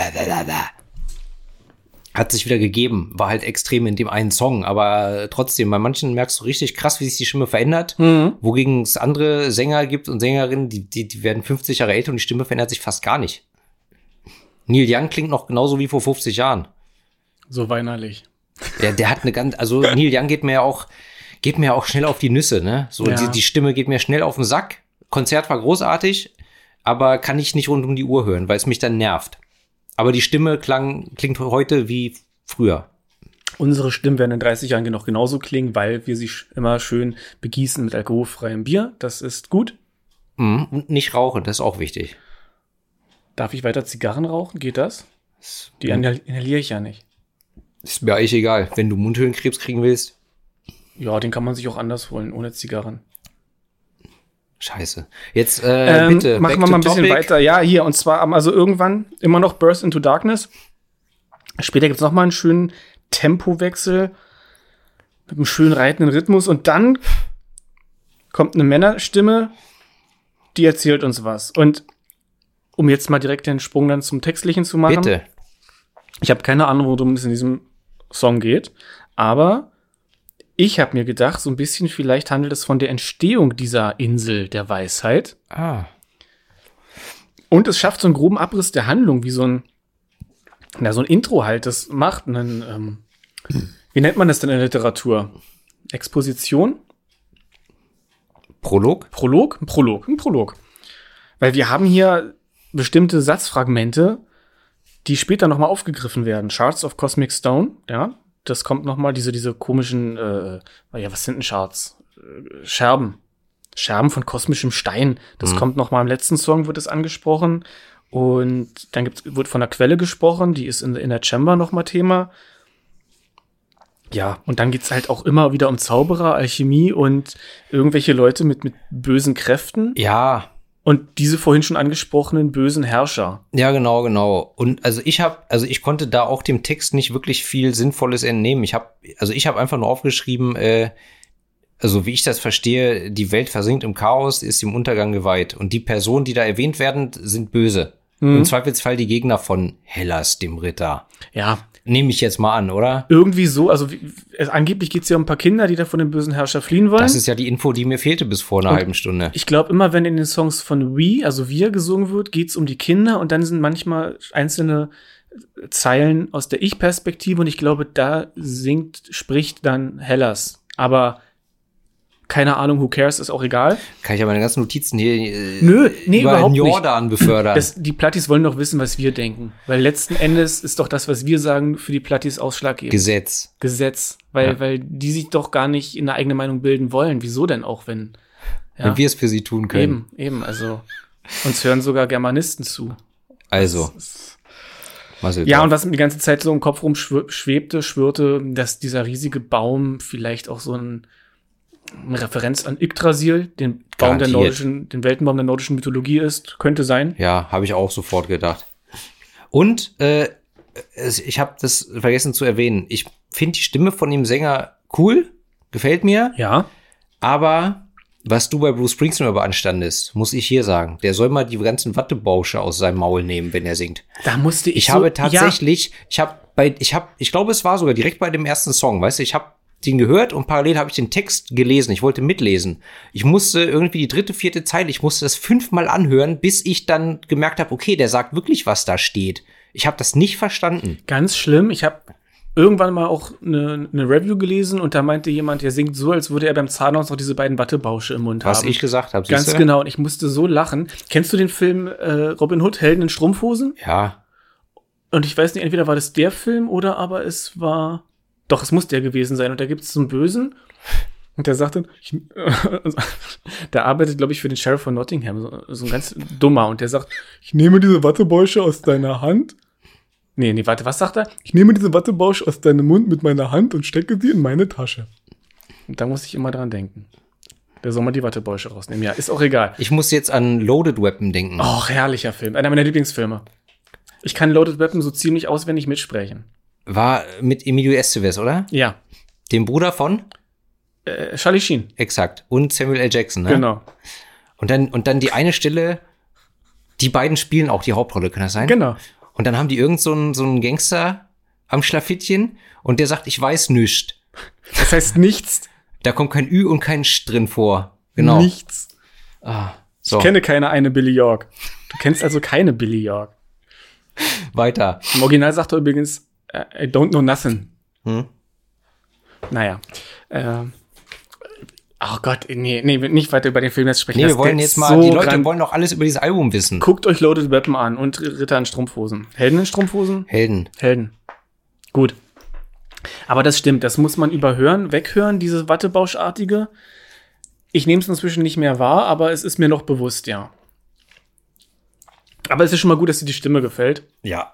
hat sich wieder gegeben, war halt extrem in dem einen Song, aber trotzdem, bei manchen merkst du richtig krass, wie sich die Stimme verändert, Mhm. wogegen es andere Sänger gibt und Sängerinnen, die, die, die werden fünfzig Jahre älter und die Stimme verändert sich fast gar nicht. Neil Young klingt noch genauso wie vor fünfzig Jahren. So weinerlich. Ja, der hat eine ganz, also Neil Young geht mir ja auch, geht mir ja auch schnell auf die Nüsse, ne? So, Ja. die, die Stimme geht mir schnell auf den Sack. Konzert war großartig, aber kann ich nicht rund um die Uhr hören, weil es mich dann nervt. Aber die Stimme klang, klingt heute wie früher. Unsere Stimmen werden in dreißig Jahren noch genauso klingen, weil wir sie sch- immer schön begießen mit alkoholfreiem Bier. Das ist gut. Mhm. Und nicht rauchen, das ist auch wichtig. Darf ich weiter Zigarren rauchen? Geht das? Die inhal- inhaliere ich ja nicht. Ist mir eigentlich egal. Wenn du Mundhöhlenkrebs kriegen willst, Ja, den kann man sich auch anders holen, ohne Zigarren. scheiße. Jetzt äh, Ähm, bitte, machen back wir mal ein to bisschen topic. weiter. Ja, hier, und zwar am- also irgendwann immer noch Burst into Darkness. Später gibt's noch mal einen schönen Tempowechsel mit einem schön reitenden Rhythmus. Und dann kommt eine Männerstimme, die erzählt uns was. Und um jetzt mal direkt den Sprung dann zum Textlichen zu machen. Bitte. Ich habe keine Ahnung, worum es in diesem Song geht, aber ich habe mir gedacht, so ein bisschen vielleicht handelt es von der Entstehung dieser Insel der Weisheit. Ah. Und es schafft so einen groben Abriss der Handlung, wie so ein, na, so ein Intro halt, das macht einen, ähm, wie nennt man das denn in der Literatur? Exposition? Prolog? Prolog? Ein Prolog, ein Prolog. Weil wir haben hier bestimmte Satzfragmente, die später nochmal aufgegriffen werden. Shards of Cosmic Stone, ja, das kommt noch mal, diese, diese komischen, äh, ja, was sind denn Charts? Äh, Scherben. Scherben von kosmischem Stein. Das mhm. kommt noch mal im letzten Song, wird es angesprochen. Und dann gibt's, wird von der Quelle gesprochen, die ist in, in der Chamber noch mal Thema. Ja, und dann geht's halt auch immer wieder um Zauberer, Alchemie und irgendwelche Leute mit, mit bösen Kräften. Ja. Und diese vorhin schon angesprochenen bösen Herrscher. Ja, genau, genau. Und also ich habe, also ich konnte da auch dem Text nicht wirklich viel Sinnvolles entnehmen. Ich habe, also ich habe einfach nur aufgeschrieben, äh, also wie ich das verstehe, die Welt versinkt im Chaos, ist im Untergang geweiht. Und die Personen, die da erwähnt werden, sind böse. Mhm. Im Zweifelsfall die Gegner von Hellas, dem Ritter. Ja. Nehme ich jetzt mal an, oder? Irgendwie so, also wie, es, angeblich geht's ja um ein paar Kinder, die da von dem bösen Herrscher fliehen wollen. Das ist ja die Info, die mir fehlte bis vor einer und halben Stunde. Ich glaube, immer wenn in den Songs von We, also wir, gesungen wird, geht's um die Kinder und dann sind manchmal einzelne Zeilen aus der Ich-Perspektive und ich glaube, da singt, spricht dann Hellas. Aber keine Ahnung, who cares, ist auch egal. Kann ich ja meine ganzen Notizen hier äh, Nö, nee, über überhaupt den Jordan nicht. befördern. Das, die Plattis wollen doch wissen, was wir denken. Weil letzten Endes ist doch das, was wir sagen, für die Plattis ausschlaggebend. Gesetz. Gesetz. Weil, Ja. weil die sich doch gar nicht in eine eigene Meinung bilden wollen. Wieso denn auch, wenn... Ja, Wenn wir es für sie tun können. eben, eben. Also uns hören sogar Germanisten zu. Also. Das ist- Marcel, Ja, drauf. und was mir die ganze Zeit so im Kopf rumschwebte, schwirrte, dass dieser riesige Baum vielleicht auch so ein, eine Referenz an Yggdrasil, den Baum der Garantiert. nordischen, den Weltenbaum der nordischen Mythologie ist, könnte sein. Ja, habe ich auch sofort gedacht. Und äh, es, ich habe das vergessen zu erwähnen. Ich finde die Stimme von dem Sänger cool, gefällt mir. Ja. Aber was du bei Bruce Springsteen immer beanstandest, muss ich hier sagen. Der soll mal die ganzen Wattebausche aus seinem Maul nehmen, wenn er singt. Da musste ich Ich so, habe tatsächlich, ich habe bei, ich habe, ich glaube, es war sogar direkt bei dem ersten Song, weißt du, ich habe den gehört und parallel habe ich den Text gelesen. Ich wollte mitlesen. Ich musste irgendwie die dritte, vierte Zeile, ich musste das fünfmal anhören, bis ich dann gemerkt habe, okay, der sagt wirklich, was da steht. Ich habe das nicht verstanden. ja, ganz schlimm. Ich habe irgendwann mal auch eine, eine Review gelesen und da meinte jemand, der singt so, als würde er beim Zahnarzt noch diese beiden Wattebausche im Mund Was haben. ich gesagt habe. Ganz siehste? genau. Und ich musste so lachen. Kennst du den Film äh, Robin Hood, Helden in Strumpfhosen? Ja. Und ich weiß nicht, entweder war das der Film oder aber es war. Doch, es muss der gewesen sein. Und da gibt es so einen Bösen. Und der sagt dann, ich, der arbeitet, glaube ich, für den Sheriff von Nottingham. So, so ein ganz dummer. Und der sagt, ich nehme diese Wattebäusche aus deiner Hand. Nee, nee, warte, was sagt er? Ich nehme diese Wattebausch aus deinem Mund mit meiner Hand und stecke sie in meine Tasche. Und da muss ich immer dran denken. Der soll mal die Wattebäusche rausnehmen. Ja, ist auch egal. Ich muss jetzt an Loaded Weapon denken. Och, herrlicher Film. Einer meiner Lieblingsfilme. Ich kann Loaded Weapon so ziemlich auswendig mitsprechen. War mit Emilio Estevez, oder? Ja. Dem Bruder von? Äh, Charlie Sheen. Exakt. Und Samuel L. Jackson, ne? Genau. Und dann, und dann die eine Stelle, die beiden spielen auch die Hauptrolle, kann das sein? Genau. Und dann haben die irgend so einen, so einen Gangster am Schlafittchen und der sagt, ich weiß nichts. Das heißt nichts. Da kommt kein Ü und kein Sch drin vor. Genau. Nichts. Ah, so, Ich kenne keine eine Billy York. Du kennst also keine Billy York. weiter. Im Original sagt er übrigens, I don't know nothing. Hm? Naja. Äh, oh Gott, nee, nee, nicht weiter über den Film jetzt sprechen. Nee, Das wir wollen ist jetzt mal, so die Leute gran- wollen doch alles über dieses Album wissen. Guckt euch Loaded Weapon an und Ritter in Strumpfhosen. Helden in Strumpfhosen? Helden. Helden. Gut. Aber das stimmt, das muss man überhören, weghören, diese Wattebauschartige. Ich nehme es inzwischen nicht mehr wahr, aber es ist mir noch bewusst, ja. Aber es ist schon mal gut, dass dir die Stimme gefällt. Ja.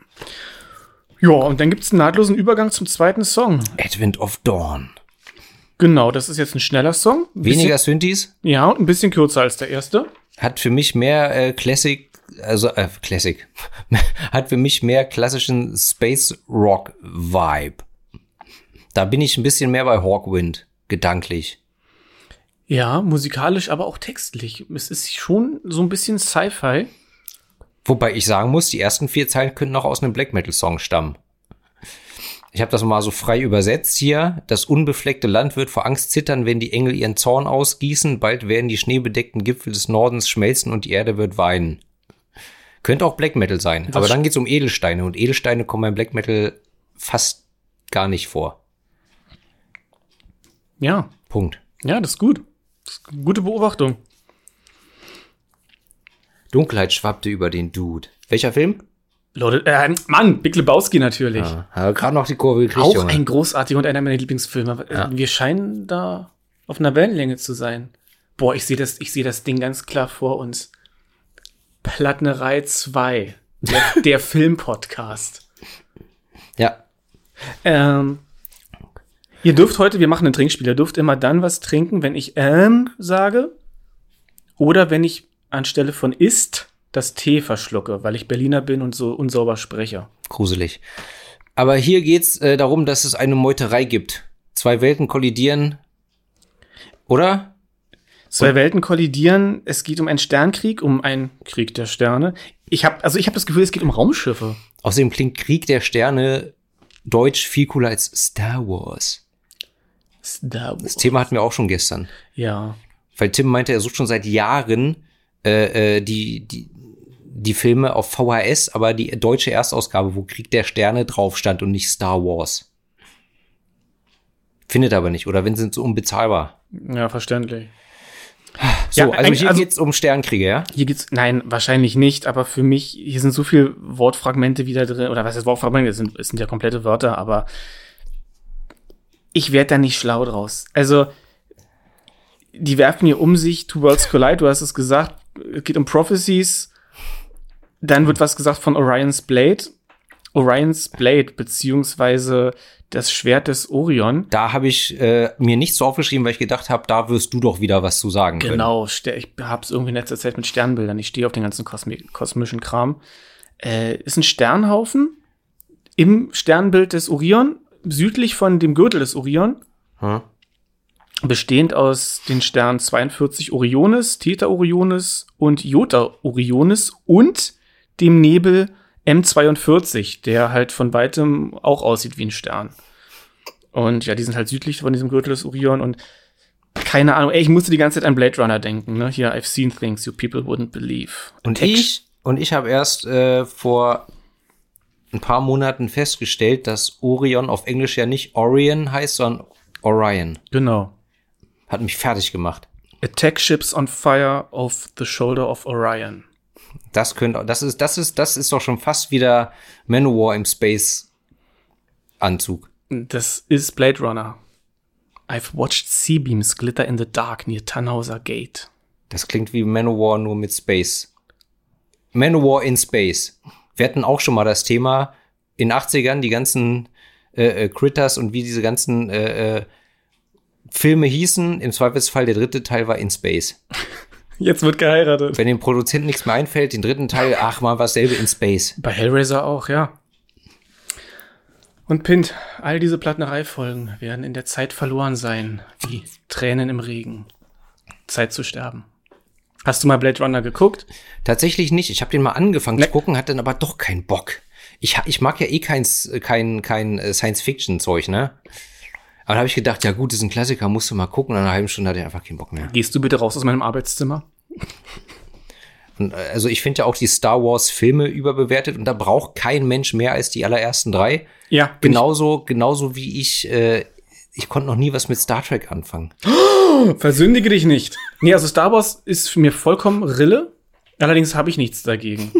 Ja, und dann gibt es einen nahtlosen Übergang zum zweiten Song. Advent of Dawn. Genau, das ist jetzt ein schneller Song. Ein Weniger bisschen, Synthes. ja, und ein bisschen kürzer als der erste. Hat für mich mehr äh, Classic, also äh, Classic. Hat für mich mehr klassischen Space Rock Vibe. Da bin ich ein bisschen mehr bei Hawkwind, gedanklich. Ja, musikalisch, aber auch textlich. Es ist schon so ein bisschen Sci-Fi. Wobei ich sagen muss, die ersten vier Zeilen könnten auch aus einem Black Metal Song stammen. Ich habe das mal so frei übersetzt hier. Das unbefleckte Land wird vor Angst zittern, wenn die Engel ihren Zorn ausgießen. Bald werden die schneebedeckten Gipfel des Nordens schmelzen und die Erde wird weinen. Könnte auch Black Metal sein. Das aber dann geht's um Edelsteine. Und Edelsteine kommen beim Black Metal fast gar nicht vor. Ja, Punkt. ja, das ist gut. Das ist eine gute Beobachtung. Dunkelheit schwappte über den Dude. Welcher Film? Leute, äh, Mann, Big Lebowski natürlich. Ja, aber gerade noch die Kurve gekriegt, Auch Junge. ein großartiger und einer meiner Lieblingsfilme. Ja. Wir scheinen da auf einer Wellenlänge zu sein. Boah, ich sehe das, ich sehe das Ding ganz klar vor uns. Plattnerei zwei. Der, der Filmpodcast. Ja. Ähm, ihr dürft heute, wir machen ein Trinkspiel, ihr dürft immer dann was trinken, wenn ich ähm sage oder wenn ich anstelle von ist das T verschlucke, weil ich Berliner bin und so unsauber spreche. Gruselig. Aber hier geht's äh, darum, dass es eine Meuterei gibt. Zwei Welten kollidieren, oder? Zwei Welten kollidieren, es geht um einen Sternkrieg, um einen Krieg der Sterne. Ich habe also ich habe das Gefühl, es geht um Raumschiffe. Außerdem klingt Krieg der Sterne deutsch viel cooler als Star Wars. Star Wars. Das Thema hatten wir auch schon gestern. Ja. Weil Tim meinte, er sucht schon seit Jahren äh, äh, die, die, die Filme auf V H S, aber die deutsche Erstausgabe, wo Krieg der Sterne drauf stand und nicht Star Wars. Findet aber nicht, oder wenn sind so unbezahlbar. Ja, verständlich. So, Ja, also hier also- geht's um Sternkriege, ja? Hier geht's, nein, wahrscheinlich nicht, aber für mich, hier sind so viele Wortfragmente wieder drin, oder was heißt Wortfragmente, es sind, es sind ja komplette Wörter, aber ich werde da nicht schlau draus. Also, die werfen hier um sich, Two Worlds Collide, du hast es gesagt, es geht um Prophecies, dann wird was gesagt von Orion's Blade, Orion's Blade, beziehungsweise das Schwert des Orion. Da habe ich äh, mir nichts so aufgeschrieben, weil ich gedacht habe, da wirst du doch wieder was zu sagen können. Genau, Ster- ich hab's irgendwie in letzter Zeit mit Sternbildern. Ich stehe auf den ganzen Kosmi- kosmischen Kram. Äh, ist ein Sternhaufen im Sternbild des Orion, südlich von dem Gürtel des Orion, Hm? bestehend aus den Sternen zweiundvierzig Orionis, Theta Orionis und Iota Orionis und dem Nebel M zweiundvierzig, der halt von weitem auch aussieht wie ein Stern. Und ja, die sind halt südlich von diesem Gürtel des Orion und keine Ahnung, ey, ich musste die ganze Zeit an Blade Runner denken, ne? Hier, I've seen things you people wouldn't believe. Und Text- ich, und ich habe erst äh, vor ein paar Monaten festgestellt, dass Orion auf Englisch ja nicht Orion heißt, sondern Orion. Genau. Hat mich fertig gemacht. Attack ships on fire off the shoulder of Orion. Das könnte, das ist, das ist, das ist doch schon fast wieder Manowar im Space-Anzug. Das ist Blade Runner. I've watched sea-beams glitter in the dark near Tannhauser Gate. Das klingt wie Manowar nur mit Space. Manowar in Space. Wir hatten auch schon mal das Thema in den achtzigern, die ganzen äh, äh, Critters und wie diese ganzen äh, äh, Filme hießen. Im Zweifelsfall der dritte Teil war in Space. Jetzt wird geheiratet. Wenn dem Produzenten nichts mehr einfällt, den dritten Teil, ach mal, was selbe in Space. Bei Hellraiser auch, ja. Und Pint, all diese Plattnerei-Folgen werden in der Zeit verloren sein, wie Tränen im Regen. Zeit zu sterben. Hast du mal Blade Runner geguckt? Tatsächlich nicht. Ich habe den mal angefangen Ne. zu gucken, hatte dann aber doch keinen Bock. Ich, ha- ich mag ja eh kein, kein, kein äh, Science-Fiction-Zeug, ne? Aber da habe ich gedacht, ja gut, das ist ein Klassiker, musst du mal gucken. Und nach einer halben Stunde hatte ich einfach keinen Bock mehr. Gehst du bitte raus aus meinem Arbeitszimmer? Und, äh, also ich finde ja auch die Star Wars-Filme überbewertet und da braucht kein Mensch mehr als die allerersten drei. Ja, bin Genauso, genauso wie ich, äh, ich konnte noch nie was mit Star Trek anfangen. ich, versündige dich nicht. Nee, also Star Wars ist für mir vollkommen Rille. Allerdings habe ich nichts dagegen.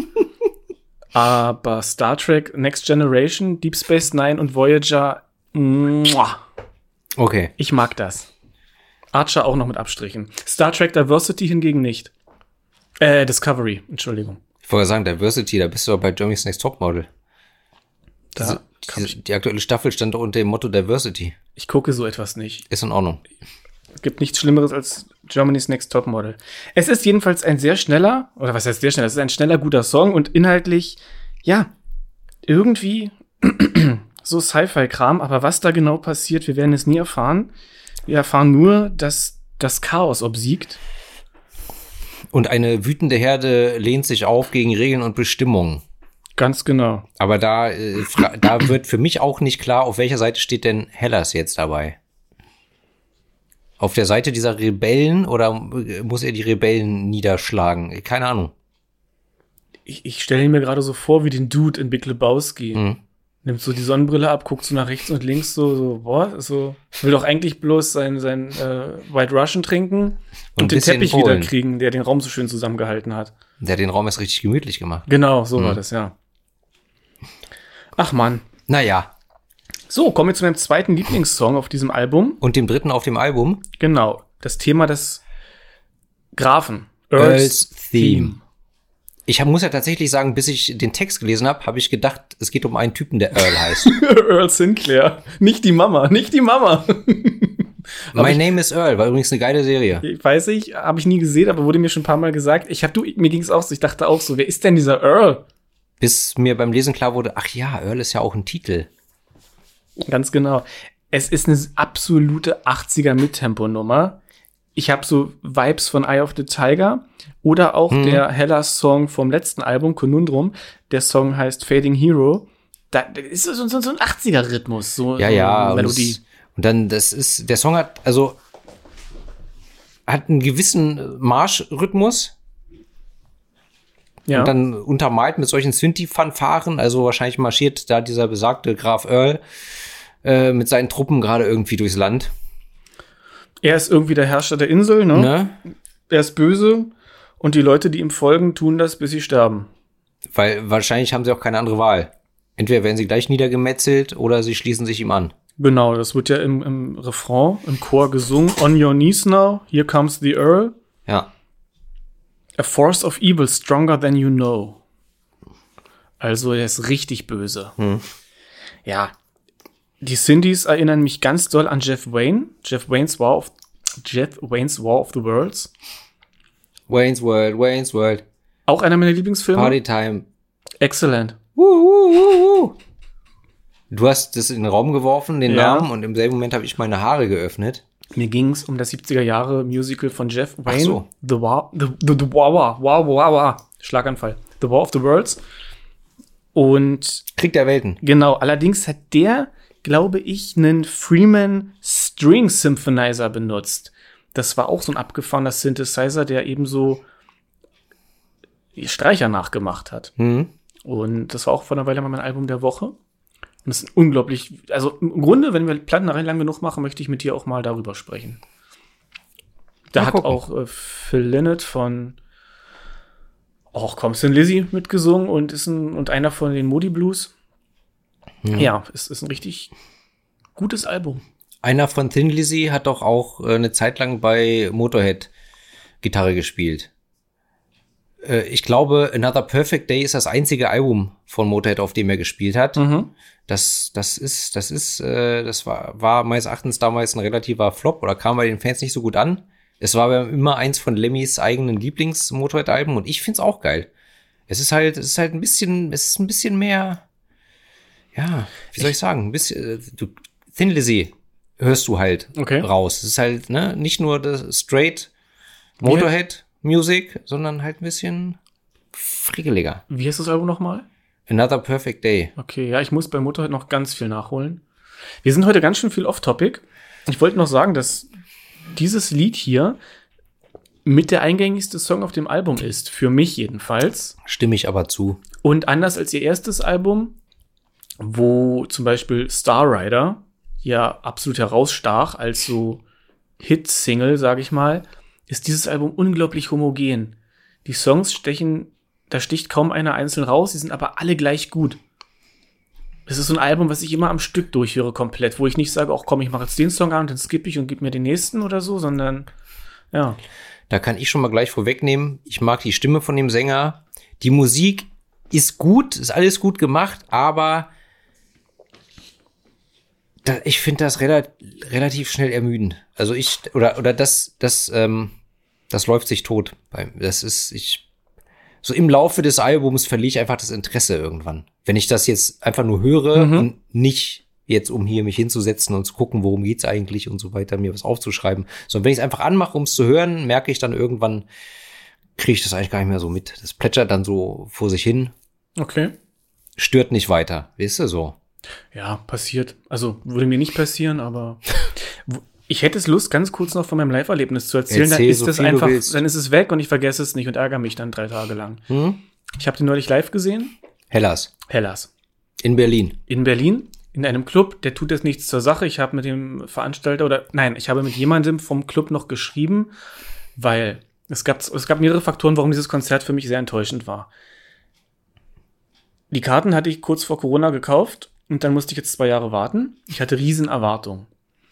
Aber Star Trek, Next Generation, Deep Space Nine und Voyager, muah, Okay. ich mag das. Archer auch noch mit Abstrichen. Star Trek Diversity hingegen nicht. Äh, Discovery, Entschuldigung. Ich wollte sagen, Diversity, da bist du doch bei Germany's Next Topmodel. Da Diese, kam diese, die aktuelle Staffel stand unter dem Motto Diversity. Ich gucke so etwas nicht. Ist in Ordnung. Es gibt nichts Schlimmeres als Germany's Next Topmodel. Es ist jedenfalls ein sehr schneller, oder was heißt sehr schneller, es ist ein schneller, guter Song und inhaltlich, ja, irgendwie so Sci-Fi-Kram, aber was da genau passiert, wir werden es nie erfahren. Wir erfahren nur, dass das Chaos obsiegt. Und eine wütende Herde lehnt sich auf gegen Regeln und Bestimmungen. Ganz genau. Aber da, äh, fra- da wird für mich auch nicht klar, auf welcher Seite steht denn Hellas jetzt dabei? Auf der Seite dieser Rebellen oder muss er die Rebellen niederschlagen? Keine Ahnung. Ich, ich stelle ihn mir gerade so vor wie den Dude in Big Lebowski. Mhm. Nimmt so die Sonnenbrille ab, guckt so nach rechts und links so, so, boah, so, will doch eigentlich bloß sein, sein äh, White Russian trinken und, Und ein den bisschen Teppich Polen. wieder kriegen, der den Raum so schön zusammengehalten hat. Der hat den Raum erst richtig gemütlich gemacht. Genau, so Mhm. war das, ja. Ach Mann. Naja. So, kommen wir zu meinem zweiten Lieblingssong auf diesem Album. Und dem dritten auf dem Album? Genau. Das Thema des Grafen. Earl's Theme. Ich hab, muss ja tatsächlich sagen, bis ich den Text gelesen habe, habe ich gedacht, es geht um einen Typen, der Earl heißt. Earl Sinclair. Nicht die Mama, nicht die Mama. My Name is Earl, war übrigens eine geile Serie. Weiß ich, habe ich nie gesehen, aber wurde mir schon ein paar Mal gesagt. Ich hab, du, mir ging's auch so, ich dachte auch so, wer ist denn dieser Earl? Bis mir beim Lesen klar wurde, ach ja, Earl ist ja auch ein Titel. Ganz genau. Es ist eine absolute achtziger Mittempo-Nummer. Ich habe so Vibes von Eye of the Tiger oder auch hm. der Hellas-Song vom letzten Album, Conundrum. Der Song heißt Fading Hero. Da ist so, so, so ein achtziger-Rhythmus, so, ja, so ja, eine Melodie. Und, und dann, das ist, der Song hat, also, hat einen gewissen Marschrhythmus. Ja. Und dann untermalt mit solchen Synthi-Fanfaren. Also wahrscheinlich marschiert da dieser besagte Graf Earl äh, mit seinen Truppen gerade irgendwie durchs Land. Er ist irgendwie der Herrscher der Insel, ne? ne? Er ist böse und die Leute, die ihm folgen, tun das, bis sie sterben. Weil wahrscheinlich haben sie auch keine andere Wahl. Entweder werden sie gleich niedergemetzelt oder sie schließen sich ihm an. Genau, das wird ja im, im Refrain, im Chor gesungen. On your knees now, here comes the Earl. Ja. A force of evil stronger than you know. Also er ist richtig böse. Hm. Ja. Die Synthes erinnern mich ganz doll an Jeff Wayne. Jeff Wayne's War of Jeff Wayne's War of the Worlds. Wayne's World, Wayne's World. Auch einer meiner Lieblingsfilme. Party Time. Excellent. Uh, uh, uh, uh. Du hast das in den Raum geworfen, den Ja. Namen, und im selben Moment habe ich meine Haare geöffnet. Mir ging es um das siebziger Jahre Musical von Jeff Wayne. Ach so. The War, the, the, the War, War, War, War, War. Schlaganfall. The War of the Worlds. Und Krieg der Welten. genau, allerdings hat der, glaube ich, einen Freeman String Symphonizer benutzt. Das war auch so ein abgefahrener Synthesizer, der eben so Streicher nachgemacht hat. Mhm. Und das war auch vor einer Weile mal mein Album der Woche. Und das ist unglaublich, also im Grunde, wenn wir Plattenreihen lang genug machen, möchte ich mit dir auch mal darüber sprechen. Da Mal hat gucken. auch äh, Phil Lynott von auch komm, Thin Lizzy mitgesungen und ist ein, und einer von den Moody Blues. Mhm. Ja, es ist ein richtig gutes Album. Einer von Thin Lizzy hat doch auch äh, eine Zeit lang bei Motorhead Gitarre gespielt. Äh, ich glaube, Another Perfect Day ist das einzige Album von Motorhead, auf dem er gespielt hat. Mhm. Das, das ist, das ist, äh, das war, war meines Erachtens damals ein relativer Flop oder kam bei den Fans nicht so gut an. Es war aber immer eins von Lemmys eigenen Lieblings-Motorhead-Alben und ich find's auch geil. Es ist halt, es ist halt ein bisschen, es ist ein bisschen mehr, ja, wie soll ich, ich sagen, ein bisschen, äh, du, Thin Lizzy hörst du halt Okay. raus. Es ist halt, ne, nicht nur das straight Motorhead-Music, sondern halt ein bisschen frickeliger. Wie heißt das Album nochmal? Another Perfect Day. Okay, ja, ich muss bei Motorhead noch ganz viel nachholen. Wir sind heute ganz schön viel off-topic. Ich wollte noch sagen, dass dieses Lied hier mit der eingängigste Song auf dem Album ist. Für mich jedenfalls. Stimme ich aber zu. Und anders als ihr erstes Album, wo zum Beispiel Star Rider ja absolut herausstach als so Hit-Single, sag ich mal, ist dieses Album unglaublich homogen. Die Songs stechen, da sticht kaum einer einzeln raus, die sind aber alle gleich gut. Es ist so ein Album, was ich immer am Stück durchhöre komplett, wo ich nicht sage, ach komm, ich mache jetzt den Song an und dann skippe ich und gib mir den nächsten oder so, sondern ja. Da kann ich schon mal gleich vorwegnehmen, ich mag die Stimme von dem Sänger. Die Musik ist gut, ist alles gut gemacht, aber da, ich finde das relativ, relativ schnell ermüdend. Also ich, oder, oder das, das, ähm, das läuft sich tot. Das ist, ich, so im Laufe des Albums verliere ich einfach das Interesse irgendwann. Wenn ich das jetzt einfach nur höre Mhm. und nicht jetzt, um hier mich hinzusetzen und zu gucken, worum geht's eigentlich und so weiter, mir was aufzuschreiben. Sondern wenn ich es einfach anmache, um es zu hören, merke ich dann irgendwann, kriege ich das eigentlich gar nicht mehr so mit. Das plätschert dann so vor sich hin, Okay. stört nicht weiter. Weißt du, so. Ja, passiert. Also würde mir nicht passieren, aber ich hätte es Lust, ganz kurz noch von meinem Live-Erlebnis zu erzählen. Erzähl dann ist so das viel du einfach, willst. dann ist es weg und ich vergesse es nicht und ärgere mich dann drei Tage lang. Hm? Ich habe den neulich live gesehen. Hellas. Hellas. In Berlin. In Berlin, in einem Club, der tut jetzt nichts zur Sache. Ich habe mit dem Veranstalter oder nein, ich habe mit jemandem vom Club noch geschrieben, weil es gab, es gab mehrere Faktoren, warum dieses Konzert für mich sehr enttäuschend war. die Karten hatte ich kurz vor Corona gekauft und dann musste ich jetzt zwei Jahre warten. Ich hatte riesen Erwartungen.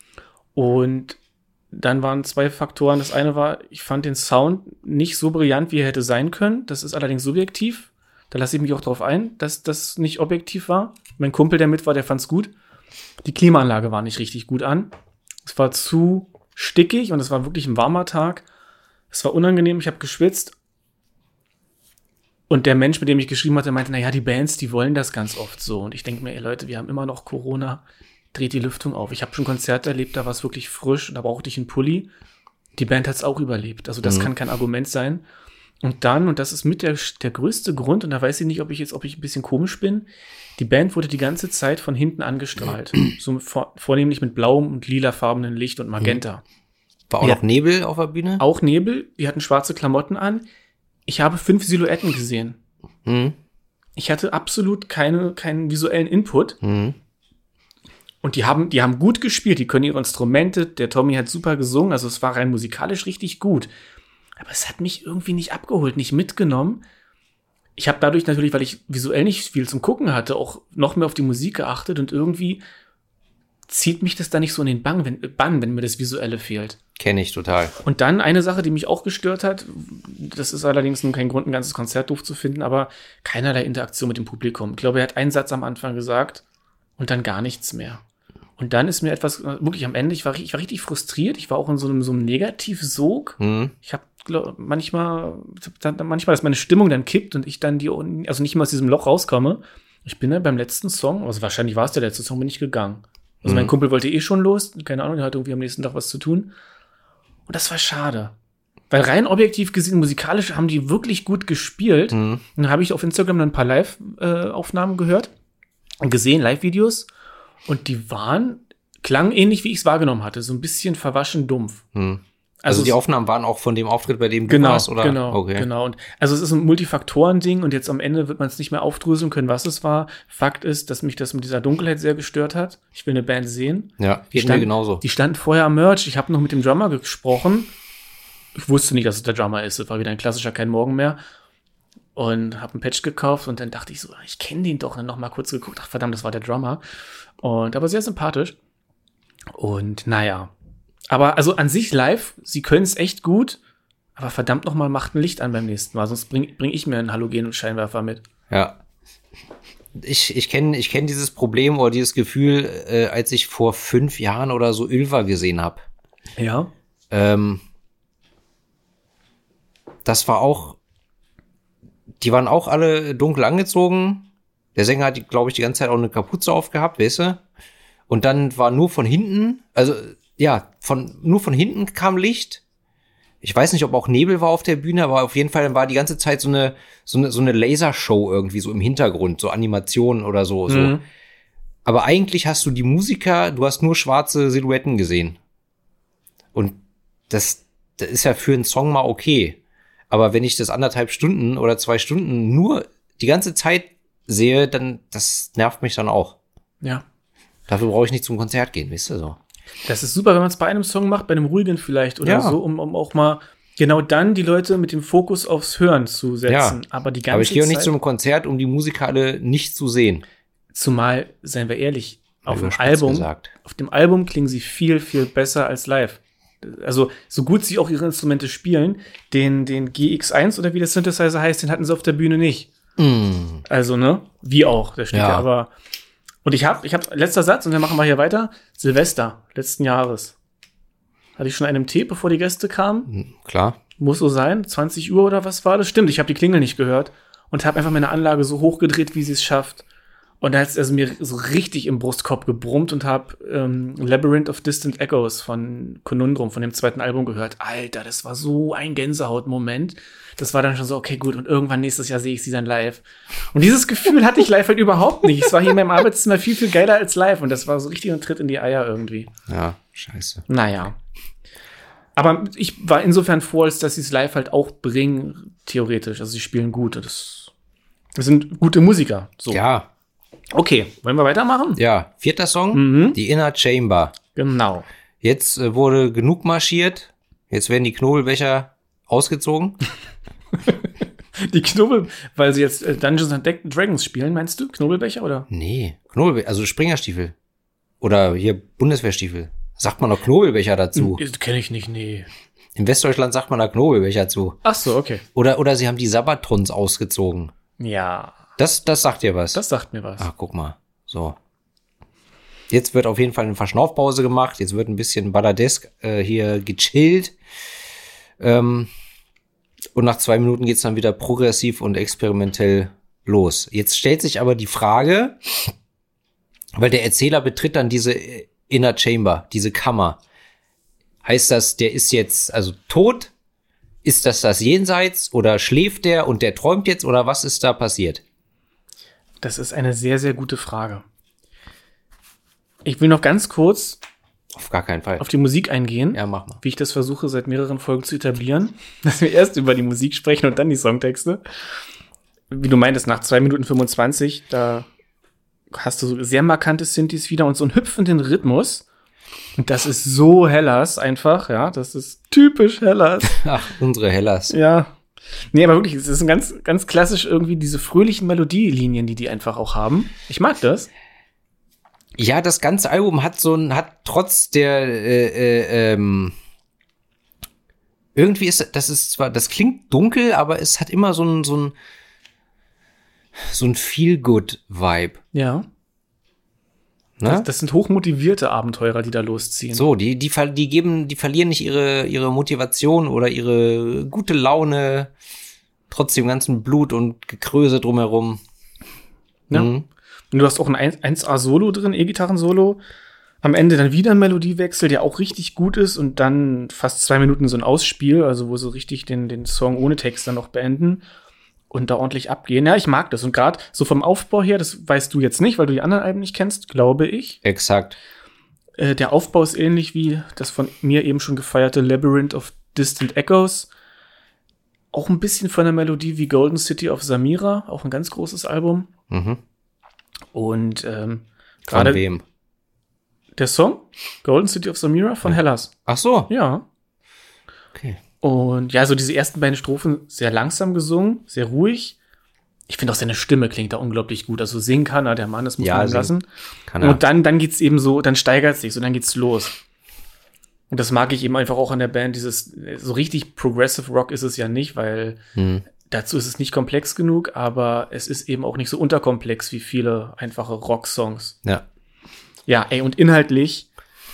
Und dann waren zwei Faktoren. Das eine war, ich fand den Sound nicht so brillant, wie er hätte sein können. Das ist allerdings subjektiv. Da lasse ich mich auch drauf ein, dass das nicht objektiv war. Mein Kumpel, der mit war, der fand's gut. Die Klimaanlage war nicht richtig gut an. Es war zu stickig und es war wirklich ein warmer Tag. Es war unangenehm, ich habe geschwitzt. Und der Mensch, mit dem ich geschrieben hatte, meinte, naja, die Bands, die wollen das ganz oft so. Und ich denke mir, ey Leute, wir haben immer noch Corona, dreht die Lüftung auf. Ich habe schon Konzerte erlebt, da war es wirklich frisch, da brauchte ich einen Pulli. Die Band hat es auch überlebt. Also das mhm. kann kein Argument sein. Und dann, und das ist mit der, der größte Grund, und da weiß ich nicht, ob ich jetzt, ob ich ein bisschen komisch bin, die Band wurde die ganze Zeit von hinten angestrahlt. so vor, vornehmlich mit blauem und lilafarbenen Licht und Magenta. War auch die noch Nebel auf der Bühne? Auch Nebel, die hatten schwarze Klamotten an. Ich habe fünf Silhouetten gesehen. Mhm. Ich hatte absolut keine, keinen visuellen Input. Mhm. Und die haben, die haben gut gespielt, die können ihre Instrumente, der Tommy hat super gesungen, also es war rein musikalisch richtig gut. Aber es hat mich irgendwie nicht abgeholt, nicht mitgenommen. Ich habe dadurch natürlich, weil ich visuell nicht viel zum Gucken hatte, auch noch mehr auf die Musik geachtet und irgendwie zieht mich das da nicht so in den Bann, wenn, Bann, wenn mir das Visuelle fehlt. Kenne ich total. Und dann eine Sache, die mich auch gestört hat, das ist allerdings nun kein Grund, ein ganzes Konzert doof zu finden, aber keinerlei Interaktion mit dem Publikum. Ich glaube, er hat einen Satz am Anfang gesagt und dann gar nichts mehr. Und dann ist mir etwas, wirklich am Ende, ich war, ich war richtig frustriert, ich war auch in so einem, so einem Negativsog. Mhm. Ich habe manchmal, manchmal, dass meine Stimmung dann kippt und ich dann die, also nicht mehr aus diesem Loch rauskomme. Ich bin dann beim letzten Song, also wahrscheinlich war es der letzte Song, bin ich gegangen. Also mhm. mein Kumpel wollte eh schon los, keine Ahnung, der hatte irgendwie am nächsten Tag was zu tun. Und das war schade. Weil rein objektiv gesehen, musikalisch haben die wirklich gut gespielt. Mhm. Und dann habe ich auf Instagram dann ein paar Live-Aufnahmen gehört und gesehen, Live-Videos. Und die waren, klangen ähnlich, wie ich es wahrgenommen hatte. So ein bisschen verwaschen dumpf. Mhm. Also, also die Aufnahmen waren auch von dem Auftritt, bei dem du genau, warst, oder? Genau, okay. genau. Und also es ist ein Multifaktoren-Ding und jetzt am Ende wird man es nicht mehr aufdröseln können, was es war. Fakt ist, dass mich das mit dieser Dunkelheit sehr gestört hat. Ich will eine Band sehen. Ja, geht mir genauso. Die standen vorher am Merch. Ich habe noch mit dem Drummer gesprochen. Ich wusste nicht, dass es der Drummer ist. Es war wieder ein klassischer Kein Morgen mehr. Und habe ein Patch gekauft und dann dachte ich so, ich kenne den doch. Und dann noch mal kurz geguckt. Ach verdammt, das war der Drummer. Und aber sehr sympathisch. Und naja. Aber also an sich live, sie können es echt gut, aber verdammt noch mal, macht ein Licht an beim nächsten Mal, sonst bring, bring ich mir einen Halogen- und Scheinwerfer mit. Ja. Ich, ich kenne ich kenn dieses Problem oder dieses Gefühl, äh, als ich vor fünf Jahren oder so Ylva gesehen habe. Ja. Ähm, das war auch, die waren auch alle dunkel angezogen. Der Sänger hat, glaube ich, die ganze Zeit auch eine Kapuze aufgehabt, weißt du? Und dann war nur von hinten, also ja, von, nur von hinten kam Licht. Ich weiß nicht, ob auch Nebel war auf der Bühne, aber auf jeden Fall war die ganze Zeit so eine, so eine, so eine Lasershow irgendwie so im Hintergrund, so Animationen oder so, so. Mhm. Aber eigentlich hast du die Musiker, du hast nur schwarze Silhouetten gesehen. Und das, das ist ja für einen Song mal okay. Aber wenn ich das anderthalb Stunden oder zwei Stunden nur die ganze Zeit sehe, dann, das nervt mich dann auch. Ja. Dafür brauche ich nicht zum Konzert gehen, weißt du so. Das ist super, wenn man es bei einem Song macht, bei einem ruhigen vielleicht oder ja. so, um, um auch mal genau dann die Leute mit dem Fokus aufs Hören zu setzen. Ja. Aber die ganze Aber ich gehe auch nicht Zeit, zum Konzert, um die Musiker alle nicht zu sehen. Zumal, seien wir ehrlich, auf dem Überspitzt Album, gesagt. auf dem Album klingen sie viel, viel besser als live. Also, so gut sie auch ihre Instrumente spielen, den, den G X eins oder wie der Synthesizer heißt, den hatten sie auf der Bühne nicht. Mm. Also, ne? Wie auch, der steht ja, Ja. aber. Und ich hab, ich hab, letzter Satz, und dann machen wir hier weiter. Silvester, letzten Jahres. Hatte ich schon einen Tee, bevor die Gäste kamen? Klar. Muss so sein, zwanzig Uhr oder was war das? Stimmt, ich habe die Klingel nicht gehört und habe einfach meine Anlage so hochgedreht, wie sie es schafft. Und da hat es also mir so richtig im Brustkorb gebrummt und habe ähm, Labyrinth of Distant Echoes von Conundrum, von dem zweiten Album gehört. Alter, das war so ein Gänsehaut-Moment. Das war dann schon so, okay, gut, und irgendwann nächstes Jahr sehe ich sie dann live. Und dieses Gefühl hatte ich live halt überhaupt nicht. Es war hier in meinem Arbeitszimmer viel, viel geiler als live. Und das war so richtig ein Tritt in die Eier irgendwie. Ja, scheiße. Naja. Aber ich war insofern froh, als dass sie es live halt auch bringen, theoretisch. Also sie spielen gut. Das, das sind gute Musiker. So. Ja. Okay, wollen wir weitermachen? Ja, vierter Song, Mhm. die Inner Chamber. Genau. Jetzt äh, wurde genug marschiert. Jetzt werden die Knobelbecher ausgezogen. Die Knubbel, weil sie jetzt äh, Dungeons and Dragons spielen, meinst du? Knobelbecher, oder? Nee, Knobelbecher, also Springerstiefel. Oder hier Bundeswehrstiefel. Sagt man doch Knobelbecher dazu. Das kenne ich nicht, nee. In Westdeutschland sagt man da Knobelbecher zu. Ach so, okay. Oder, oder sie haben die Sabatrons ausgezogen. Ja. Das, das sagt dir was. Das sagt mir was. Ach, guck mal. So. Jetzt wird auf jeden Fall eine Verschnaufpause gemacht. Jetzt wird ein bisschen balladesk äh, hier gechillt. Ähm, und nach zwei Minuten geht's dann wieder progressiv und experimentell los. Jetzt stellt sich aber die Frage, weil der Erzähler betritt dann diese Inner Chamber, diese Kammer. Heißt das, der ist jetzt also tot? Ist das das Jenseits? Oder schläft der und der träumt jetzt? Oder was ist da passiert? Das ist eine sehr, sehr gute Frage. Ich will noch ganz kurz Auf gar keinen Fall. auf die Musik eingehen. Ja, mach mal. Wie ich das versuche, seit mehreren Folgen zu etablieren. Dass wir erst über die Musik sprechen und dann die Songtexte. Wie du meintest, nach zwei Minuten fünfundzwanzig, da hast du so sehr markante Synthes wieder und so einen hüpfenden Rhythmus. Und das ist so Hellas einfach, ja. Das ist typisch Hellas. Ach, unsere Hellas. Ja. Nee, aber wirklich, es ist ein ganz, ganz klassisch irgendwie diese fröhlichen Melodielinien, die die einfach auch haben. Ich mag das. Ja, das ganze Album hat so ein, hat trotz der, äh, äh, ähm, irgendwie ist, das ist zwar, das klingt dunkel, aber es hat immer so ein, so ein, so ein Feel-Good-Vibe. Ja. Ne? Das, das sind hochmotivierte Abenteurer, die da losziehen. So, die, die, ver- die geben, die verlieren nicht ihre, ihre Motivation oder ihre gute Laune, trotz dem ganzen Blut und Gekröse drumherum. Ja. Mhm. Und du hast auch ein eins A-Solo drin, E-Gitarren-Solo. Am Ende dann wieder ein Melodiewechsel, der auch richtig gut ist. Und dann fast zwei Minuten so ein Ausspiel, also wo sie richtig den, den Song ohne Text dann noch beenden und da ordentlich abgehen. Ja, ich mag das. Und gerade so vom Aufbau her, das weißt du jetzt nicht, weil du die anderen Alben nicht kennst, glaube ich. Exakt. Äh, der Aufbau ist ähnlich wie das von mir eben schon gefeierte Labyrinth of Distant Echoes. Auch ein bisschen von der Melodie wie Golden City of Samira, auch ein ganz großes Album. Mhm. Und ähm, Von gerade wem? der Song Golden City of Samira von Hellas. Ach so. Ja. Okay. Und ja, so diese ersten beiden Strophen sehr langsam gesungen, sehr ruhig. Ich finde auch seine Stimme klingt da unglaublich gut. Also singen kann er, der Mann, das muss Ja, man ihm singen lassen. kann er. Und dann, dann geht's eben so, dann steigert sich so, dann geht's los. Und das mag ich eben einfach auch an der Band. Dieses, so richtig Progressive Rock ist es ja nicht, weil Hm. dazu ist es nicht komplex genug, aber es ist eben auch nicht so unterkomplex wie viele einfache Rock-Songs. Ja. Ja, ey, und inhaltlich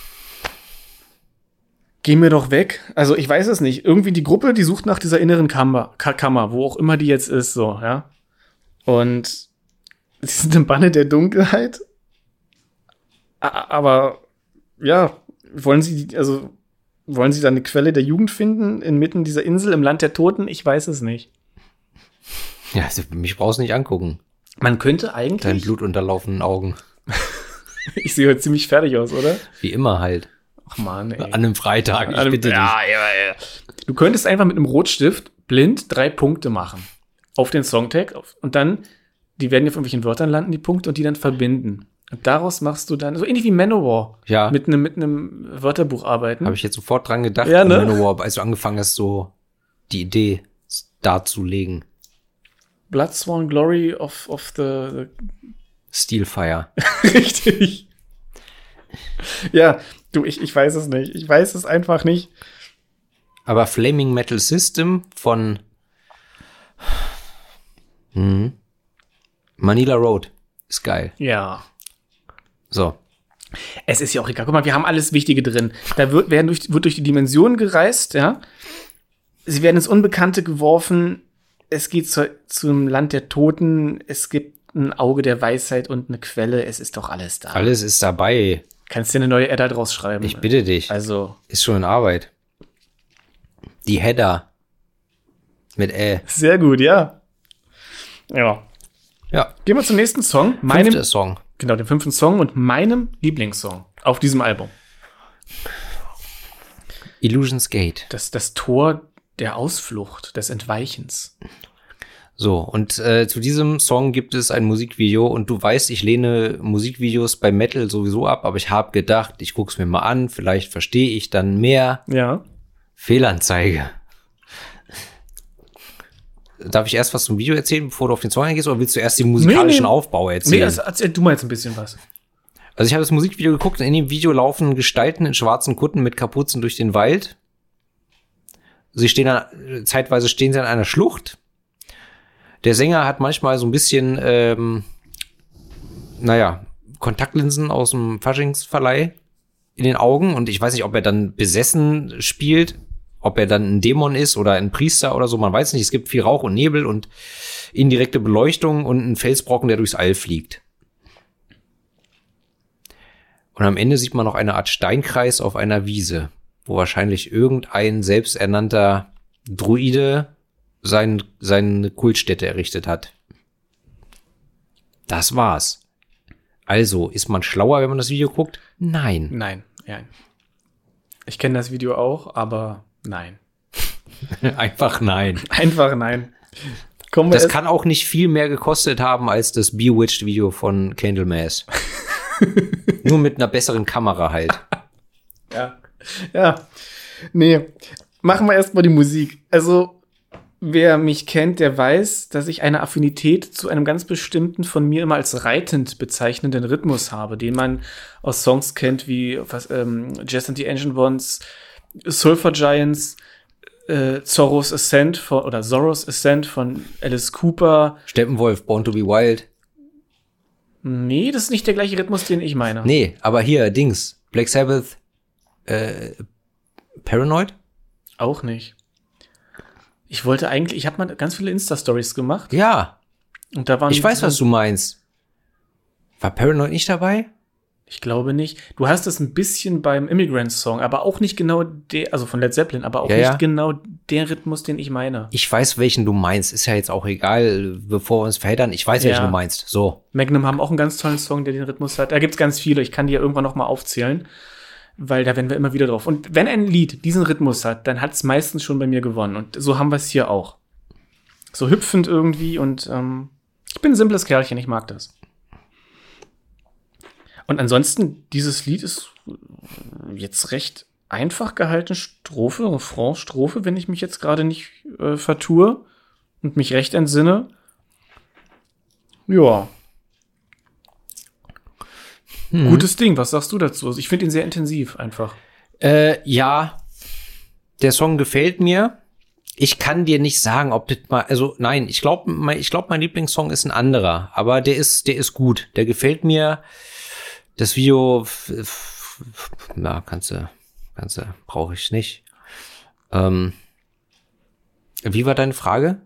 geh mir doch weg. Also, ich weiß es nicht. Irgendwie die Gruppe, die sucht nach dieser inneren Kammer, Ka- Kammer, wo auch immer die jetzt ist, so, ja. Und sie sind im Banne der Dunkelheit. A- Aber, ja, wollen sie, also, wollen sie da eine Quelle der Jugend finden, inmitten dieser Insel im Land der Toten? Ich weiß es nicht. Ja, also mich brauchst du nicht angucken. Man könnte eigentlich. Deinen blutunterlaufenden Augen. Ich sehe heute ziemlich fertig aus, oder? Wie immer halt. Ach man, ey. An einem Freitag, ich An einem- bitte dich. ja, ja, ja. Du könntest einfach mit einem Rotstift blind drei Punkte machen. Auf den Songtag. Auf, und dann, die werden auf irgendwelchen Wörtern landen, die Punkte, und die dann verbinden. Und daraus machst du dann, so ähnlich wie Manowar, Ja. mit einem mit einem Wörterbuch arbeiten. Habe ich jetzt sofort dran gedacht, Ja, ne? an Manowar, als du angefangen hast, so die Idee darzulegen. Blood Sworn Glory of, of the, Steelfire. the richtig. Ja, du, ich, ich weiß es nicht. Ich weiß es einfach nicht. Aber Flaming Metal System von mhm. Manila Road ist geil. Ja. So. Es ist ja auch egal. Guck mal, wir haben alles Wichtige drin. Da wird, werden durch, wird durch die Dimensionen gereist, ja. Sie werden ins Unbekannte geworfen. Es geht zu, zum Land der Toten. Es gibt ein Auge der Weisheit und eine Quelle. Es ist doch alles da. Alles ist dabei. Kannst dir eine neue Edda draus schreiben. Ich bitte dich. Also, Ist schon in Arbeit. Die Header. Mit Ä. sehr gut, ja. Ja. Ja. Gehen wir zum nächsten Song. Meinem, Fünfter Song. genau, dem fünften Song und meinem Lieblingssong auf diesem Album. Illusions Gate. Das, das Tor der Ausflucht, des Entweichens. So, und äh, zu diesem Song gibt es ein Musikvideo und du weißt, ich lehne Musikvideos bei Metal sowieso ab, aber ich habe gedacht, ich guck's mir mal an, vielleicht verstehe ich dann mehr. Ja. Fehlanzeige. darf ich erst was zum Video erzählen, bevor du auf den Song eingehst, oder willst du erst den musikalischen nee, nee. Aufbau erzählen? Nee, also erzähl du mal jetzt ein bisschen was. Also ich habe das Musikvideo geguckt und in dem Video laufen Gestalten in schwarzen Kutten mit Kapuzen durch den Wald. Sie stehen dann, zeitweise stehen sie an einer Schlucht. Der Sänger hat manchmal so ein bisschen, ähm, naja, Kontaktlinsen aus dem Faschingsverleih in den Augen. Und ich weiß nicht, ob er dann besessen spielt, ob er dann ein Dämon ist oder ein Priester oder so. Man weiß nicht, es gibt viel Rauch und Nebel und indirekte Beleuchtung und einen Felsbrocken, der durchs All fliegt. Und am Ende sieht man noch eine Art Steinkreis auf einer Wiese, wo wahrscheinlich irgendein selbsternannter Druide sein, seine Kultstätte errichtet hat. Das war's. Also, ist man schlauer, wenn man das Video guckt? Nein. Nein, ja. Ich kenne das Video auch, aber nein. Einfach nein. Einfach nein. Kommen wir das kann auch nicht viel mehr gekostet haben als das Bewitched-Video von Candlemass. Nur mit einer besseren Kamera halt. Ja, ja. Nee, machen wir erstmal die Musik. Also, wer mich kennt, der weiß, dass ich eine Affinität zu einem ganz bestimmten, von mir immer als reitend bezeichnenden Rhythmus habe, den man aus Songs kennt wie was, ähm, Jazz and the Ancient Ones, Sulfur Giants, äh, Zorro's Ascent von, oder Zorro's Ascent von Alice Cooper. Steppenwolf, Born to be Wild. Nee, das ist nicht der gleiche Rhythmus, den ich meine. Nee, aber hier, Dings, Black Sabbath, äh, Paranoid? Auch nicht. Ich wollte eigentlich, ich habe mal ganz viele Insta-Stories gemacht. Ja. Und da waren ich weiß, was du meinst. War Paranoid nicht dabei? Ich glaube nicht. Du hast es ein bisschen beim Immigrant-Song, aber auch nicht genau der, also von Led Zeppelin, aber auch ja, nicht ja. genau der Rhythmus, den ich meine. Ich weiß, welchen du meinst. Ist ja jetzt auch egal, bevor wir uns verheddern. Ich weiß, ja. welchen du meinst. So. Magnum haben auch einen ganz tollen Song, der den Rhythmus hat. Da gibt's ganz viele. Ich kann die ja irgendwann noch mal aufzählen, weil da werden wir immer wieder drauf. Und wenn ein Lied diesen Rhythmus hat, dann hat's meistens schon bei mir gewonnen. Und so haben wir es hier auch. So hüpfend irgendwie und ähm, ich bin ein simples Kerlchen, ich mag das. Und ansonsten, dieses Lied ist jetzt recht einfach gehalten. Strophe, Refrain, Strophe, wenn ich mich jetzt gerade nicht äh, vertue und mich recht entsinne. Ja. Hm. Gutes Ding, was sagst du dazu? Also ich finde ihn sehr intensiv einfach. Äh, ja, der Song gefällt mir. Ich kann dir nicht sagen, ob das mal, also nein, ich glaube, mein, ich glaube, mein Lieblingssong ist ein anderer, aber der ist, der ist gut. Der gefällt mir. Das Video, na, kannst du, kannst du, brauche ich nicht. Ähm, wie war deine Frage?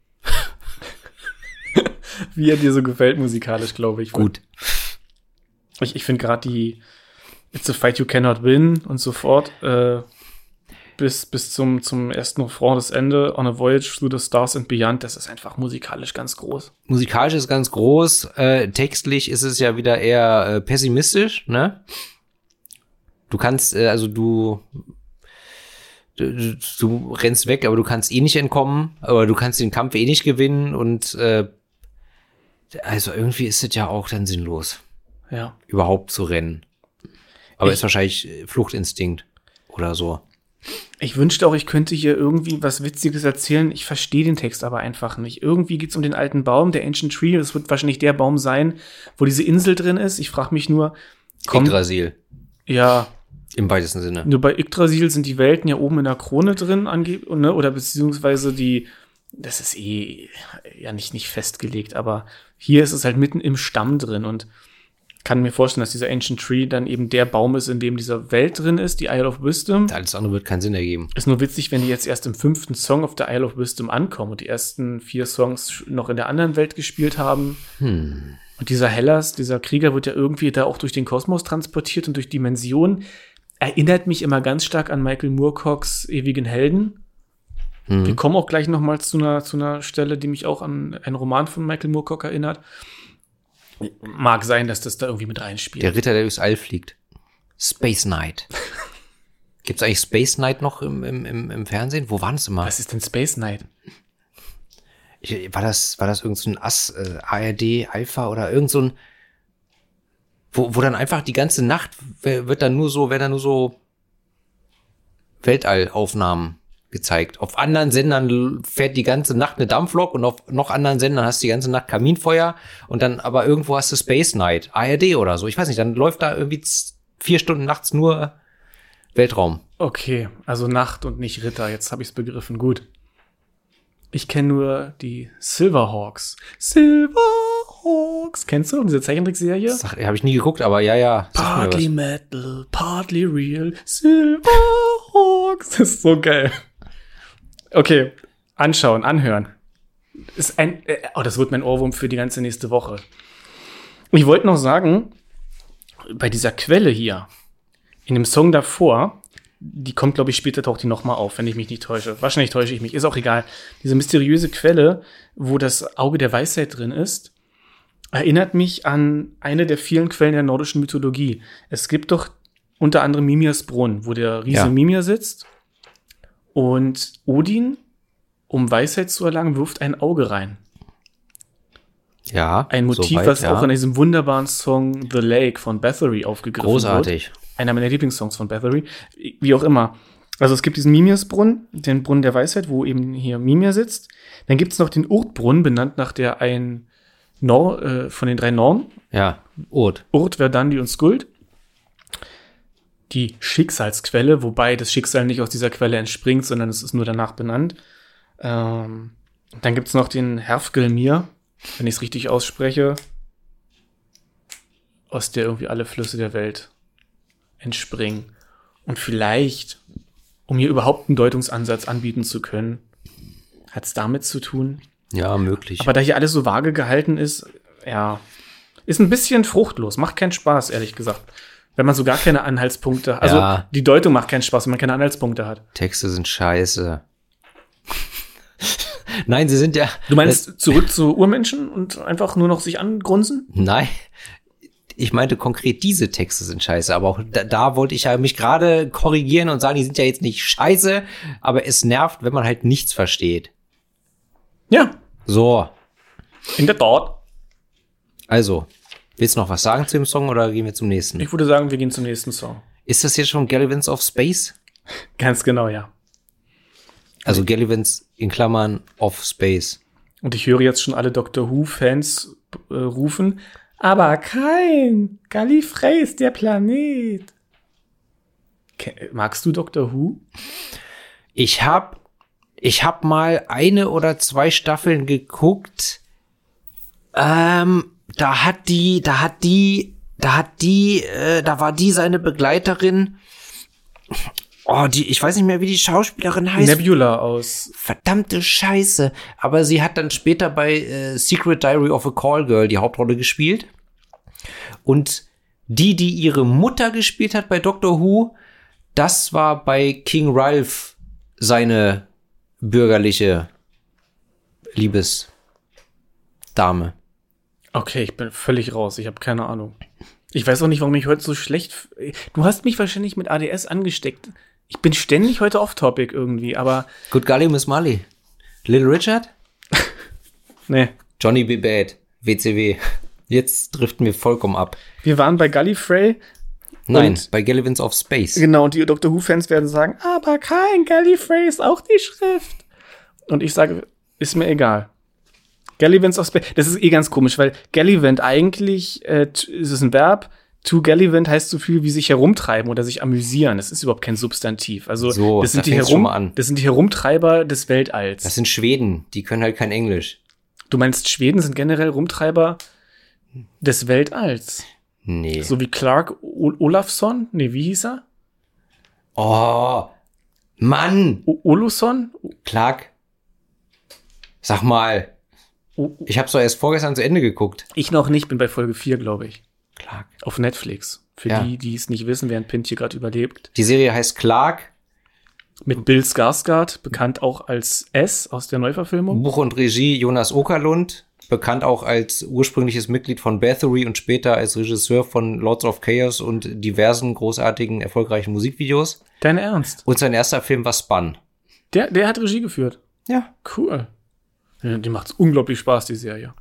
Wie er dir so gefällt musikalisch, glaube ich. Gut. Ich, ich finde gerade die It's a Fight You Cannot Win und so fort, äh, bis, bis zum, zum ersten Refrain, das Ende, On a Voyage Through the Stars and Beyond, das ist einfach musikalisch ganz groß. Musikalisch ist ganz groß, äh, textlich ist es ja wieder eher äh, pessimistisch, ne? Du kannst, äh, also du, du, du rennst weg, aber du kannst eh nicht entkommen, aber du kannst den Kampf eh nicht gewinnen und äh, also irgendwie ist es ja auch dann sinnlos, ja, überhaupt zu rennen. Aber ich, ist wahrscheinlich Fluchtinstinkt oder so. Ich wünschte auch, ich könnte hier irgendwie was Witziges erzählen. Ich verstehe den Text aber einfach nicht. Irgendwie geht's um den alten Baum, der Ancient Tree. Das wird wahrscheinlich der Baum sein, wo diese Insel drin ist. Ich frage mich nur, kommt, Yggdrasil. Ja. Im weitesten Sinne. Nur bei Yggdrasil sind die Welten ja oben in der Krone drin, ange- ne? Oder beziehungsweise die, das ist eh ja nicht, nicht festgelegt, aber hier ist es halt mitten im Stamm drin und kann mir vorstellen, dass dieser Ancient Tree dann eben der Baum ist, in dem diese Welt drin ist, die Isle of Wisdom. Alles andere wird keinen Sinn ergeben. Ist nur witzig, wenn die jetzt erst im fünften Song auf der Isle of Wisdom ankommen und die ersten vier Songs noch in der anderen Welt gespielt haben. Hm. Und dieser Hellas, dieser Krieger, wird ja irgendwie da auch durch den Kosmos transportiert und durch Dimensionen. Erinnert mich immer ganz stark an Michael Moorcocks Ewigen Helden. Hm. Wir kommen auch gleich noch mal zu einer, zu einer Stelle, die mich auch an einen Roman von Michael Moorcock erinnert. Mag sein, dass das da irgendwie mit reinspielt. Der Ritter, der durchs All fliegt. Space Knight. Gibt's eigentlich Space Knight noch im, im, im, im Fernsehen? Wo waren es immer? Was ist denn Space Knight? Ich, war das, war das irgend so ein Ass, äh, A R D, Alpha oder irgend so ein, wo, wo dann einfach die ganze Nacht wird dann nur so, werden dann nur so Weltallaufnahmen gezeigt. Auf anderen Sendern fährt die ganze Nacht eine Dampflok und auf noch anderen Sendern hast du die ganze Nacht Kaminfeuer und dann aber irgendwo hast du Space Night, A R D oder so. Ich weiß nicht, dann läuft da irgendwie z- vier Stunden nachts nur Weltraum. Okay, also Nacht und nicht Ritter. Jetzt habe ich es begriffen. Gut. Ich kenne nur die Silverhawks. Silverhawks. Kennst du diese Zeichentrickserie? Das habe ich nie geguckt, aber ja, ja. sag mir Partly was. metal, partly real. Silverhawks. Das ist so geil. Okay, anschauen, anhören. Ist ein, äh, oh, das wird mein Ohrwurm für die ganze nächste Woche. Ich wollte noch sagen, bei dieser Quelle hier, in dem Song davor, die kommt, glaube ich, später taucht die noch mal auf, wenn ich mich nicht täusche. Wahrscheinlich täusche ich mich, ist auch egal. Diese mysteriöse Quelle, wo das Auge der Weisheit drin ist, erinnert mich an eine der vielen Quellen der nordischen Mythologie. Es gibt doch unter anderem Mimirs Brunnen, wo der Riese Ja. Mimir sitzt und Odin, um Weisheit zu erlangen, wirft ein Auge rein. Ja, Ein Motiv, soweit, was ja. auch in diesem wunderbaren Song The Lake von Bathory aufgegriffen wird. Großartig. Einer meiner Lieblingssongs von Bathory. Wie auch immer. Also es gibt diesen Mimirs-Brunnen, den Brunnen der Weisheit, wo eben hier Mimir sitzt. Dann gibt es noch den Urt-Brunnen, benannt nach der ein Nor äh, von den drei Nornen. Ja, Urt. Urt, Verdandi und Skuld. Die Schicksalsquelle, wobei das Schicksal nicht aus dieser Quelle entspringt, sondern es ist nur danach benannt. Ähm, dann gibt es noch den Herfgelmir, wenn ich es richtig ausspreche, aus der irgendwie alle Flüsse der Welt entspringen. Und vielleicht, um hier überhaupt einen Deutungsansatz anbieten zu können, hat es damit zu tun. Ja, möglich. Aber da hier alles so vage gehalten ist, ja, ist ein bisschen fruchtlos. Macht keinen Spaß, ehrlich gesagt. Wenn man so gar keine Anhaltspunkte hat. Also Ja. die Deutung macht keinen Spaß, wenn man keine Anhaltspunkte hat. Texte sind scheiße. Nein, sie sind ja. Du meinst zurück zu Urmenschen und einfach nur noch sich angrunzen? Nein. Ich meinte konkret, diese Texte sind scheiße, aber auch da, da wollte ich ja mich gerade korrigieren und sagen, die sind ja jetzt nicht scheiße, aber es nervt, wenn man halt nichts versteht. Ja, So, in der Tat. also, willst du noch was sagen zu dem Song oder gehen wir zum nächsten? Ich würde sagen, wir gehen zum nächsten Song. Ist das jetzt schon Gallivants of Space? Ganz genau, ja. Also Gallivants in Klammern of Space. Und ich höre jetzt schon alle Doctor Who-Fans äh, rufen, aber kein Gallifrey ist der Planet. Ke- Magst du Doctor Who? Ich hab, ich hab mal eine oder zwei Staffeln geguckt. Ähm, da hat die, da hat die, da hat die, äh, da war die seine Begleiterin. Oh, die, ich weiß nicht mehr, wie die Schauspielerin heißt. Nebula aus. Verdammte Scheiße. Aber sie hat dann später bei äh, Secret Diary of a Call Girl die Hauptrolle gespielt. Und die, die ihre Mutter gespielt hat bei Doctor Who, das war bei King Ralph seine bürgerliche Liebesdame. Okay, ich bin völlig raus. Ich habe keine Ahnung. Ich weiß auch nicht, warum ich heute so schlecht... f- Du hast mich wahrscheinlich mit A D S angesteckt. Ich bin ständig heute off-topic irgendwie, aber... Good Golly, Miss Molly. Little Richard? Nee. Johnny B. Bad. W C W. Jetzt driften wir vollkommen ab. Wir waren bei Gallifrey. Nein, Und- bei Gallivants of Space. Genau, und die Doctor Who-Fans werden sagen, aber kein Gallifrey ist auch die Schrift. Und ich sage, ist mir egal. Gallivants of Space, das ist eh ganz komisch, weil Gallivant eigentlich, äh, t- ist es ein Verb, to Gallivant heißt so viel wie sich herumtreiben oder sich amüsieren. Das ist überhaupt kein Substantiv. Also So, das, sind da die fängt's Herum, schon mal an. das sind die Herumtreiber des Weltalls. Das sind Schweden, die können halt kein Englisch. Du meinst, Schweden sind generell Rumtreiber des Weltalls? Nee. So wie Clark o- Olafsson? Nee, wie hieß er? Oh, Mann! O- Olusson? Clark. Sag mal, O- ich hab's doch erst vorgestern zu Ende geguckt. Ich noch nicht, bin bei Folge vier, glaube ich. Clark. Auf Netflix. Für Ja. die, die es nicht wissen, während Pint hier gerade überlebt. Die Serie heißt Clark. Mit Bill Skarsgård, bekannt auch als S aus der Neuverfilmung. Buch und Regie Jonas Okerlund. Bekannt auch als ursprüngliches Mitglied von Bathory und später als Regisseur von Lords of Chaos und diversen großartigen, erfolgreichen Musikvideos. Dein Ernst? Und sein erster Film war Spun. Der, der hat Regie geführt. Ja. Cool. Ja, die macht's unglaublich Spaß, die Serie.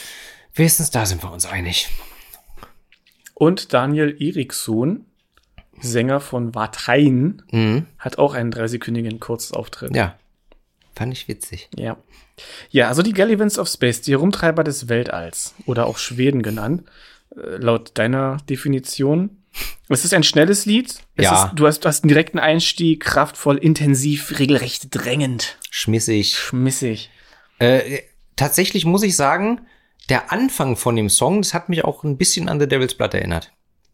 Wenigstens da sind wir uns einig. Und Daniel Eriksson Sänger von Watain, Mhm. hat auch einen dreisekündigen Kurzauftritt. Ja, fand ich witzig. Ja. Ja, also die Gallivants of Space, die Herumtreiber des Weltalls oder auch Schweden genannt, äh, laut deiner Definition. Es ist ein schnelles Lied. Es Ja. Ist, du, hast, du hast einen direkten Einstieg, kraftvoll, intensiv, regelrecht drängend, Schmissig. schmissig. Äh, tatsächlich muss ich sagen, der Anfang von dem Song, das hat mich auch ein bisschen an The Devil's Blood erinnert.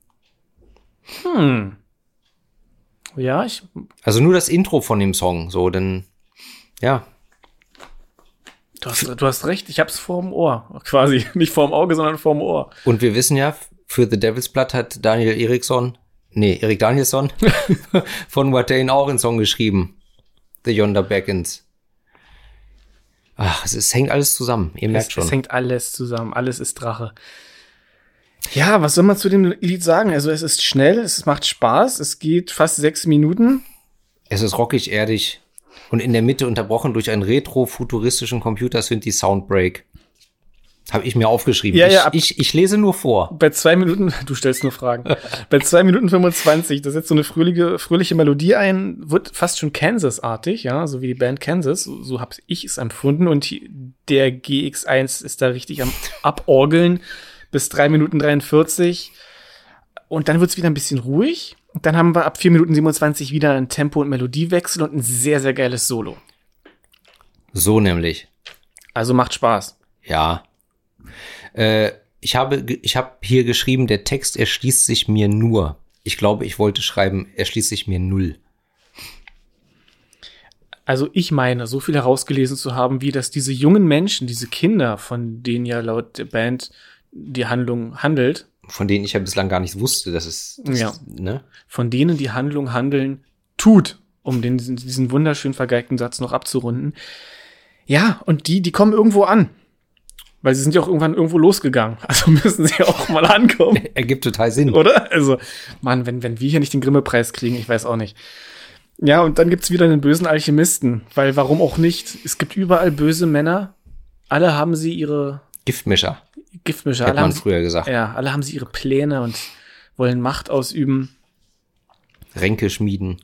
Hm. Ja, ich. Also nur das Intro von dem Song, so, denn, ja. Du hast, du hast recht, ich hab's vorm Ohr. Quasi. Nicht vorm Auge, sondern vorm Ohr. Und wir wissen ja, für The Devil's Blood hat Daniel Eriksson, nee, Erik Danielsson von Watain auch einen Song geschrieben. The Yonder Beckons. Ach, es, es hängt alles zusammen, ihr merkt Es, schon. es hängt alles zusammen, alles ist Drache. Ja, was soll man zu dem Lied sagen? Also es ist schnell, es macht Spaß, es geht fast sechs Minuten. Es ist rockig, erdig und in der Mitte unterbrochen durch einen retro-futuristischen Computer-Synthi-Soundbreak. Habe ich mir aufgeschrieben. Ja, ja, ab- ich, ich, ich lese nur vor. Bei zwei Minuten, du stellst nur Fragen. Bei zwei Minuten fünfundzwanzig, da setzt so eine fröhliche, fröhliche Melodie ein, wird fast schon Kansas-artig, ja, so wie die Band Kansas, so, so habe ich es empfunden. Und die- der G X eins ist da richtig am Aborgeln bis drei Minuten dreiundvierzig. Und dann wird's wieder ein bisschen ruhig. Und dann haben wir ab vier Minuten siebenundzwanzig wieder einen Tempo- und Melodiewechsel und ein sehr, sehr geiles Solo. So nämlich. Also macht Spaß. Ja. Äh, ich habe, ge- ich habe hier geschrieben, der Text erschließt sich mir nur. Ich glaube, ich wollte schreiben, erschließt sich mir null. Also ich meine, so viel herausgelesen zu haben, wie dass diese jungen Menschen, diese Kinder, von denen ja laut der Band die Handlung handelt, Von denen ich ja bislang gar nicht wusste, dass es, das, Ja. ne? von denen die Handlung handeln tut, um den, diesen, diesen wunderschön vergeigten Satz noch abzurunden. Ja, und die, die kommen irgendwo an. Weil sie sind ja auch irgendwann irgendwo losgegangen. Also müssen sie auch mal ankommen, Ergibt total Sinn. oder? Also, Mann, wenn, wenn wir hier nicht den Grimme-Preis kriegen, ich weiß auch nicht. Ja, und dann gibt's wieder einen bösen Alchemisten. Weil warum auch nicht? Es gibt überall böse Männer. Alle haben sie ihre Giftmischer, Giftmischer. hätte Alle haben man sie, früher gesagt. ja, alle haben sie ihre Pläne und wollen Macht ausüben. Ränke schmieden.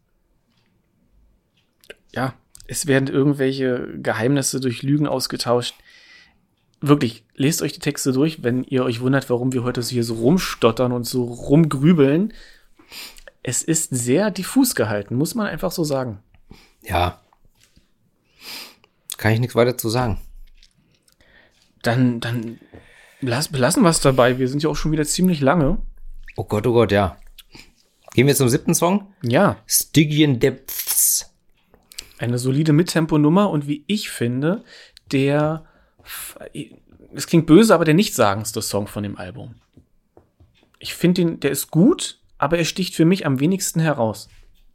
Ja, es werden irgendwelche Geheimnisse durch Lügen ausgetauscht. Wirklich, lest euch die Texte durch, wenn ihr euch wundert, warum wir heute so hier so rumstottern und so rumgrübeln. Es ist sehr diffus gehalten, muss man einfach so sagen. Ja. Kann ich nichts weiter zu sagen. Dann, dann lass, belassen wir es dabei. Wir sind ja auch schon wieder ziemlich lange. Oh Gott, oh Gott, ja. Gehen wir zum siebten Song. Ja, Stygian Depths. eine solide Mittempo-Nummer und wie ich finde, der, es klingt böse, aber der nichtssagendste Song von dem Album. Ich finde den, der ist gut, aber er sticht für mich am wenigsten heraus.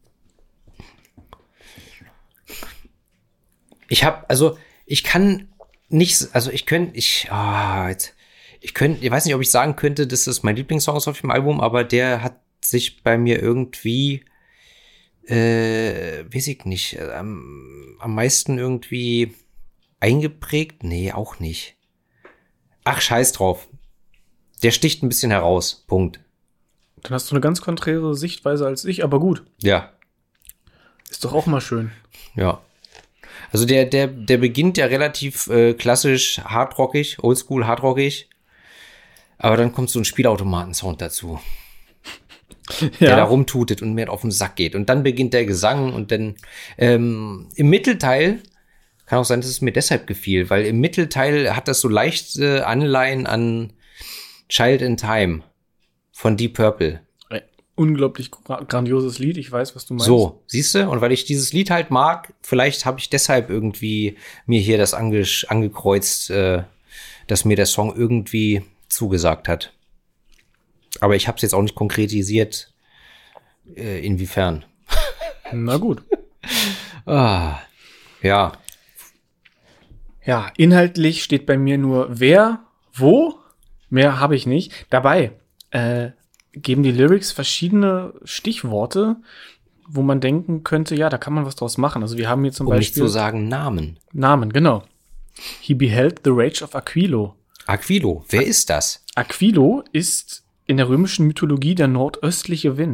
Ich habe, also, ich kann nicht, also ich könnte, ich, ah, jetzt, ich könnte, ich weiß nicht, ob ich sagen könnte, das ist mein Lieblingssong auf dem Album, aber der hat sich bei mir irgendwie, äh, weiß ich nicht, äh, am, am meisten irgendwie eingeprägt? Nee, auch nicht. Ach, scheiß drauf. Der sticht ein bisschen heraus. Punkt. Dann hast du eine ganz konträre Sichtweise als ich, aber gut. Ja, Ist doch auch mal schön. ja. Also der, der, der beginnt ja relativ äh, klassisch hardrockig, oldschool hardrockig. Aber dann kommt so ein Spielautomaten-Sound dazu, der da rumtutet und mir auf den Sack geht. Und dann beginnt der Gesang und dann ähm, im Mittelteil, kann auch sein, dass es mir deshalb gefiel, weil im Mittelteil hat das so leichte Anleihen an Child in Time von Deep Purple. Unglaublich gra- grandioses Lied, ich weiß, was du meinst. So, siehst du? Und weil ich dieses Lied halt mag, vielleicht habe ich deshalb irgendwie mir hier das ange angekreuzt, äh, dass mir der Song irgendwie zugesagt hat. Aber ich habe es jetzt auch nicht konkretisiert, äh, inwiefern. Na gut. Ah, ja, Ja, inhaltlich steht bei mir nur wer, wo, mehr habe ich nicht. Dabei äh, geben die Lyrics verschiedene Stichworte, wo man denken könnte, ja, da kann man was draus machen. Also wir haben hier zum um nicht Beispiel zu sagen Namen. Namen, genau. He beheld the rage of Aquilo. Aquilo, wer ist das? Aquilo ist in der römischen Mythologie der nordöstliche Wind.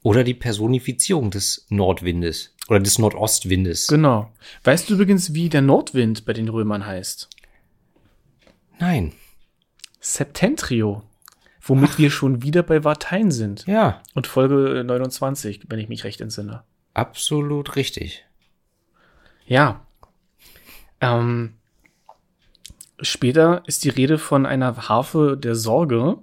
Oder die Personifizierung des Nordwindes. Oder des Nordostwindes. Genau. Weißt du übrigens, wie der Nordwind bei den Römern heißt? Nein. Septentrio. Womit Ach. wir schon wieder bei Vartein sind. Ja. Und Folge neunundzwanzig, wenn ich mich recht entsinne. Absolut richtig. Ja. Ähm, später ist die Rede von einer Harfe der Sorge.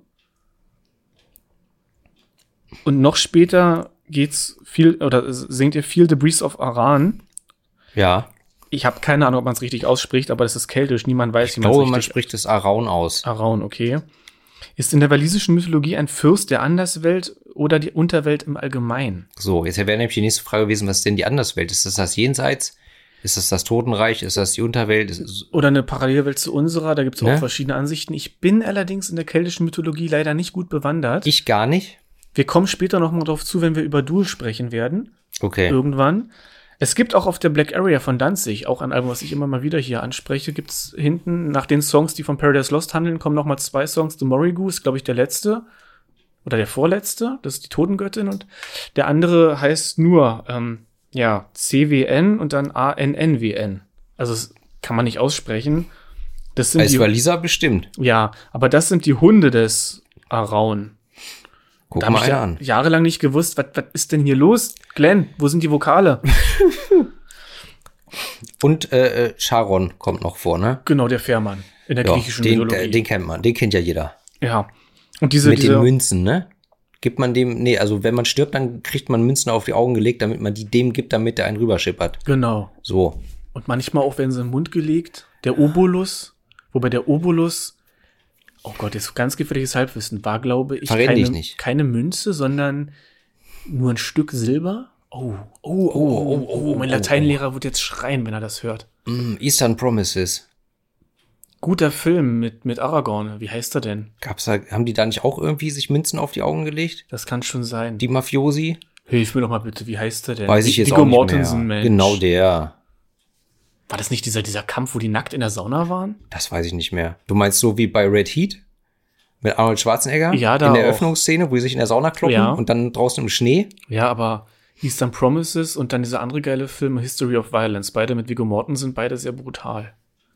Und noch später geht's viel, oder singt ihr viel The Breeze of Aran. Ja. Ich habe keine Ahnung, ob man es richtig ausspricht, aber das ist keltisch. Niemand weiß, ich wie man es richtig... richtig... man spricht es Araun aus. Araun, okay. Ist in der walisischen Mythologie ein Fürst der Anderswelt oder die Unterwelt im Allgemeinen? So, jetzt wäre nämlich die nächste Frage gewesen, was ist denn die Anderswelt? Ist das das Jenseits? Ist das das Totenreich? Ist das die Unterwelt? Ist es oder eine Parallelwelt zu unserer? Da gibt es auch ne? verschiedene Ansichten. Ich bin allerdings in der keltischen Mythologie leider nicht gut bewandert. Ich gar nicht. Wir kommen später noch mal drauf zu, wenn wir über Duel sprechen werden. Okay. Irgendwann. Es gibt auch auf der Black Area von Danzig, auch ein Album, was ich immer mal wieder hier anspreche, gibt's hinten, nach den Songs, die von Paradise Lost handeln, kommen noch mal zwei Songs. The Morrigu ist, glaube ich, der letzte oder der vorletzte, das ist die Totengöttin, und der andere heißt nur, ähm, ja, C W N und dann A N N W N. Also das kann man nicht aussprechen. Das sind Als die, Waliser bestimmt. Ja, aber das sind die Hunde des Araun. Guck da mal hab ich ja an. jahrelang nicht gewusst, was was ist denn hier los? Glenn, wo sind die Vokale? Und äh, Charon kommt noch vor, ne? Genau, der Fährmann in der ja, griechischen den, Mythologie. äh, den kennt man, den kennt ja jeder. Ja. Und diese, Mit diese den Münzen, ne? Gibt man dem, nee, also wenn man stirbt, dann kriegt man Münzen auf die Augen gelegt, damit man die dem gibt, damit der einen rüberschippert. Genau. So. Und manchmal auch werden sie in den Mund gelegt. Der Obolus, wobei der Obolus, oh Gott, jetzt ganz gefährliches Halbwissen, war, glaube ich, Verrate keine, dich nicht. keine Münze, sondern nur ein Stück Silber. Oh, oh, oh, oh, oh, oh, mein Lateinlehrer wird jetzt schreien, wenn er das hört. Mm, Eastern Promises. Guter Film mit, mit Aragorn. Wie heißt er denn? Gab's da, haben die da nicht auch irgendwie sich Münzen auf die Augen gelegt? Das kann schon sein. Die Mafiosi? Hilf mir doch mal bitte, wie heißt er denn? Weiß ich jetzt Viggo auch nicht Mortensen, mehr. Mensch. Genau der. War das nicht dieser, dieser Kampf, wo die nackt in der Sauna waren? Das weiß ich nicht mehr. Du meinst so wie bei Red Heat? Mit Arnold Schwarzenegger? Ja, da in der auch. Eröffnungsszene, wo sie sich in der Sauna kloppen Ja. und dann draußen im Schnee? Ja, aber Eastern Promises und dann dieser andere geile Film History of Violence. Beide mit Viggo Mortensen, beide sehr brutal.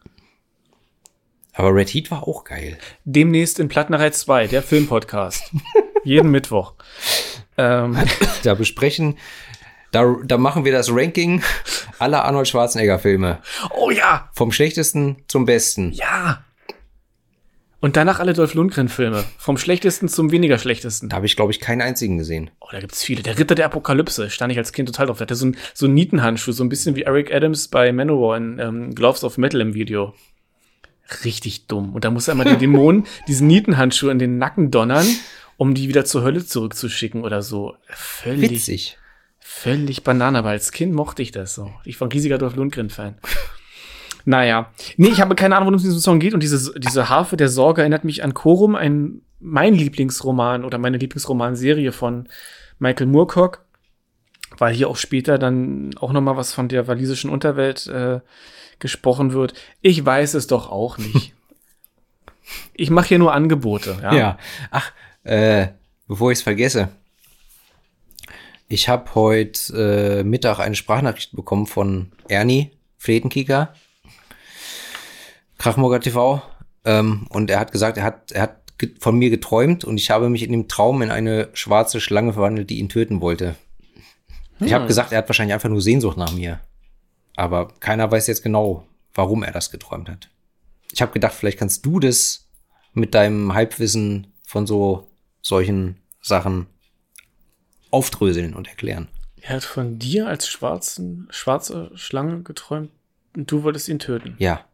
Aber Red Heat war auch geil. Demnächst in Plattenerei zwei, der Filmpodcast. Jeden Mittwoch. Ähm, Da besprechen, da, da machen wir das Ranking aller Arnold Schwarzenegger-Filme. oh ja, Vom schlechtesten zum besten. ja. Und danach alle Dolph Lundgren-Filme. Vom schlechtesten zum weniger schlechtesten. Da habe ich, glaube ich, keinen einzigen gesehen. Oh, da gibt's viele. Der Ritter der Apokalypse stand ich als Kind total drauf. Der hatte so einen so einen Nietenhandschuh, so ein bisschen wie Eric Adams bei Manowar in ähm, Gloves of Metal im Video. Richtig dumm. Und da muss er immer den Dämonen diesen Nietenhandschuh in den Nacken donnern, um die wieder zur Hölle zurückzuschicken oder so. Völlig, Witzig. völlig Banane, aber als Kind mochte ich das so. Ich war ein riesiger Dolph Lundgren-Fan. Naja. Nee, ich habe keine Ahnung, worum es in diesem Song geht. Und diese, diese Harfe der Sorge erinnert mich an Chorum, ein, mein Lieblingsroman oder meine Lieblingsromanserie von Michael Moorcock, weil hier auch später dann auch noch mal was von der walisischen Unterwelt äh, gesprochen wird. Ich weiß es doch auch nicht. Ich mache hier nur Angebote. Ja. Ja. Ach, äh, bevor ich es vergesse. Ich habe heute äh, Mittag eine Sprachnachricht bekommen von Ernie Fletenkicker, Krachmorger T V, ähm, und er hat gesagt, er hat, er hat ge- von mir geträumt und ich habe mich in dem Traum in eine schwarze Schlange verwandelt, die ihn töten wollte. Ich Hm. habe gesagt, er hat wahrscheinlich einfach nur Sehnsucht nach mir. Aber keiner weiß jetzt genau, warum er das geträumt hat. Ich habe gedacht, vielleicht kannst du das mit deinem Halbwissen von so solchen Sachen aufdröseln und erklären. Er hat von dir als schwarzen, schwarze Schlange geträumt und du wolltest ihn töten. Ja.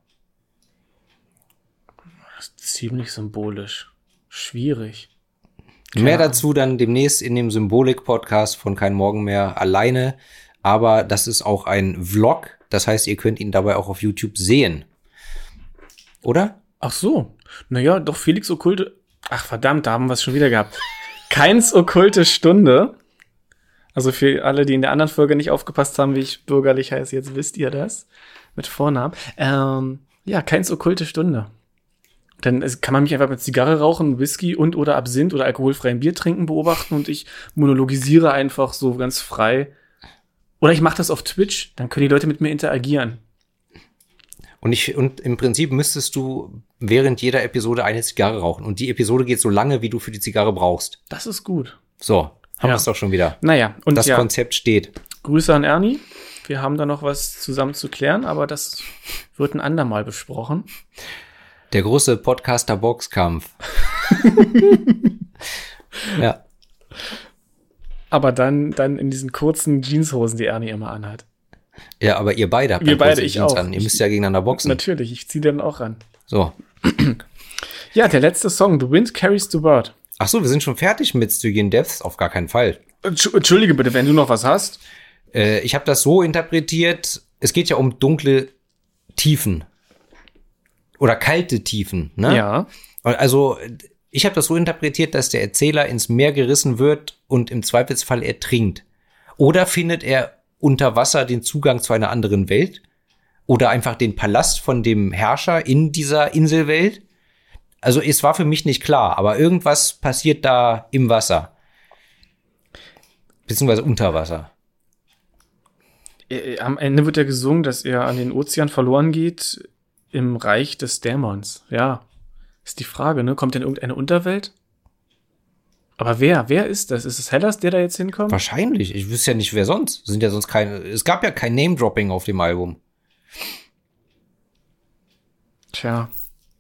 Das ist ziemlich symbolisch. Schwierig. Mehr Ja. dazu dann demnächst in dem Symbolik-Podcast von Kein Morgen mehr alleine. Aber das ist auch ein Vlog. Das heißt, ihr könnt ihn dabei auch auf YouTube sehen. Oder? Ach so. Naja, doch Felix Okkulte. Ach verdammt, da haben wir es schon wieder gehabt. Keins okkulte Stunde. Also für alle, die in der anderen Folge nicht aufgepasst haben, wie ich bürgerlich heiße, jetzt wisst ihr das. Mit Vornamen. Ähm, ja, Keins okkulte Stunde. Dann kann man mich einfach mit Zigarre rauchen, Whisky und oder Absinth oder alkoholfreiem Bier trinken beobachten und ich monologisiere einfach so ganz frei. Oder ich mache das auf Twitch, dann können die Leute mit mir interagieren. Und ich und im Prinzip müsstest du während jeder Episode eine Zigarre rauchen. Und die Episode geht so lange, wie du für die Zigarre brauchst. Das ist gut. So, haben Ja. wir es doch schon wieder. Naja, und Das ja, Konzept steht. Grüße an Ernie. Wir haben da noch was zusammen zu klären, aber das wird ein andermal besprochen. Der große Podcaster-Boxkampf. Ja. Aber dann, dann in diesen kurzen Jeanshosen, die Ernie immer anhat. Ja, aber ihr beide habt Wir dann beide, kurze ich Jeans auch. an. Ihr müsst ja gegeneinander boxen. Natürlich, ich ziehe den auch ran. So. Ja, der letzte Song, The Wind Carries the Bird. Ach so, wir sind schon fertig mit Stygian Depths? Auf gar keinen Fall. Entsch- Entschuldige bitte, wenn du noch was hast. Äh, ich habe das so interpretiert, es geht ja um dunkle Tiefen. Oder kalte Tiefen, ne? Ja. Also, ich habe das so interpretiert, dass der Erzähler ins Meer gerissen wird und im Zweifelsfall ertrinkt. Oder findet er unter Wasser den Zugang zu einer anderen Welt? Oder einfach den Palast von dem Herrscher in dieser Inselwelt? Also, es war für mich nicht klar, aber irgendwas passiert da im Wasser. Beziehungsweise unter Wasser. Äh, Am Ende wird ja gesungen, dass er an den Ozean verloren geht im Reich des Dämons. Ja, ist die Frage, ne? Kommt denn irgendeine Unterwelt? Aber wer? Wer ist das? Ist es Hellas, der da jetzt hinkommt? Wahrscheinlich. Ich wüsste ja nicht, wer sonst. Sind ja sonst keine. Es gab ja kein Name-Dropping auf dem Album. Tja.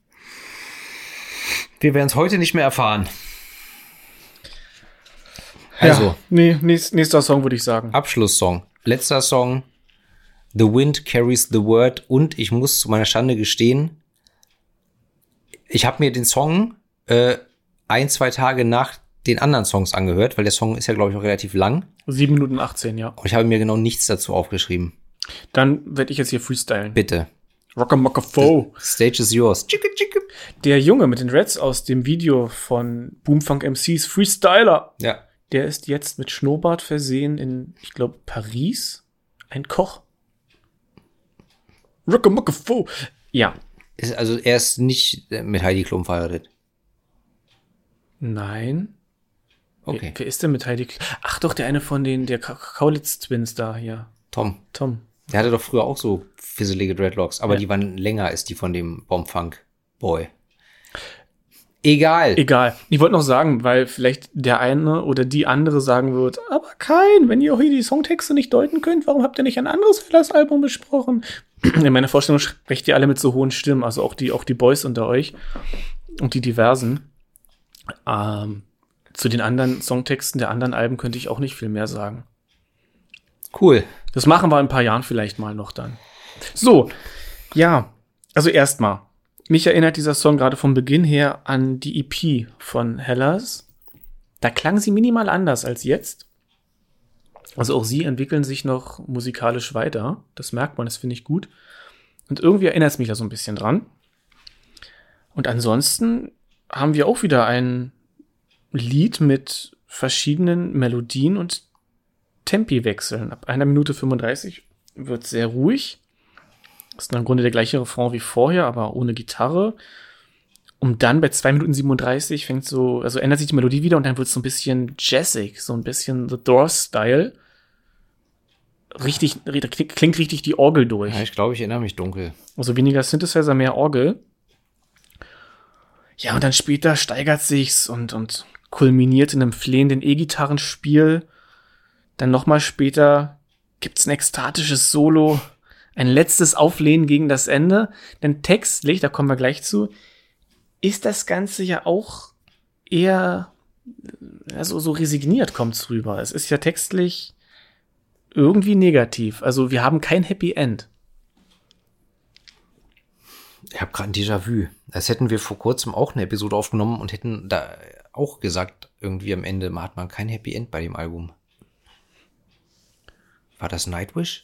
Wir werden es heute nicht mehr erfahren. Also, Ja, nee, nächst, nächster Song würde ich sagen. Abschlusssong. Letzter Song. The Wind Carries the Word. Und ich muss zu meiner Schande gestehen, ich habe mir den Song äh, ein, zwei Tage nach den anderen Songs angehört, weil der Song ist ja, glaube ich, auch relativ lang. sieben Minuten achtzehn, ja. Und ich habe mir genau nichts dazu aufgeschrieben. Dann werde ich jetzt hier freestylen. Bitte. Rockamocka Fo. Stage is yours. Tschicke, tschicke. Der Junge mit den Reds aus dem Video von Boomfunk M Cs, Freestyler. Ja. Der ist jetzt mit Schnurrbart versehen in, ich glaube, Paris. Ein Koch. Rockamocka Fo. Ja. Ist, also er ist nicht mit Heidi Klum verheiratet. Nein. Okay. Wer, wer ist denn mit Heidi Klum? Ach doch, der eine von den, der Ka- Kaulitz-Twins da hier. Tom. Tom. Der hatte doch früher auch so fisselige Dreadlocks, aber Ja. die waren länger als die von dem Bombfunk-Boy. Egal. Egal. Ich wollte noch sagen, weil vielleicht der eine oder die andere sagen wird, aber kein, wenn ihr hier die Songtexte nicht deuten könnt, warum habt ihr nicht ein anderes Hellas-Album besprochen? In meiner Vorstellung sprecht ihr alle mit so hohen Stimmen, also auch die, auch die Boys unter euch und die Diversen. Ähm, zu den anderen Songtexten der anderen Alben könnte ich auch nicht viel mehr sagen. Cool. Das machen wir in ein paar Jahren vielleicht mal noch dann. So, ja, also erstmal. Mich erinnert dieser Song gerade vom Beginn her an die E P von Hellas. Da klang sie minimal anders als jetzt. Also auch sie entwickeln sich noch musikalisch weiter. Das merkt man, das finde ich gut. Und irgendwie erinnert es mich da so ein bisschen dran. Und ansonsten haben wir auch wieder ein Lied mit verschiedenen Melodien und Tempiwechseln. Ab einer Minute fünfunddreißig wird sehr ruhig. Ist dann im Grunde der gleiche Refrain wie vorher, aber ohne Gitarre. Und dann bei zwei Minuten siebenunddreißig fängt so, also ändert sich die Melodie wieder und dann wird es so ein bisschen jazzig, so ein bisschen The Doors-Style. Richtig, da klingt richtig die Orgel durch. Ja, ich glaube, ich erinnere mich dunkel. Also weniger Synthesizer, mehr Orgel. Ja, und dann später steigert sich's und, und kulminiert in einem flehenden E-Gitarrenspiel. Dann nochmal später gibt's ein ekstatisches Solo. Ein letztes Auflehnen gegen das Ende. Denn textlich, da kommen wir gleich zu, ist das Ganze ja auch eher, also so resigniert kommt's rüber. Es ist ja textlich irgendwie negativ. Also wir haben kein Happy End. Ich habe gerade ein Déjà-vu. Als hätten wir vor kurzem auch eine Episode aufgenommen und hätten da auch gesagt, irgendwie am Ende hat man kein Happy End bei dem Album. War das Nightwish?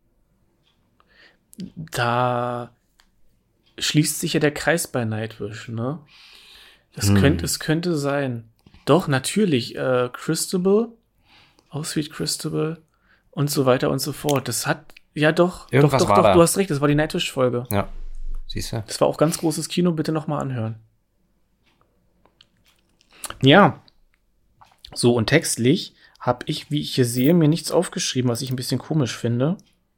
Da schließt sich ja der Kreis bei Nightwish, ne? Es, Hm. könnte, es könnte sein. Doch, natürlich. Äh, Christabel, Oh Sweet Christabel und so weiter und so fort. Das hat, ja doch, Irgendwas doch, doch, war doch, da. du hast recht, das war die Nightwish-Folge. Ja. siehst du? Das war auch ganz großes Kino, bitte nochmal anhören. Ja. So, und textlich habe ich, wie ich hier sehe, mir nichts aufgeschrieben, was ich ein bisschen komisch finde.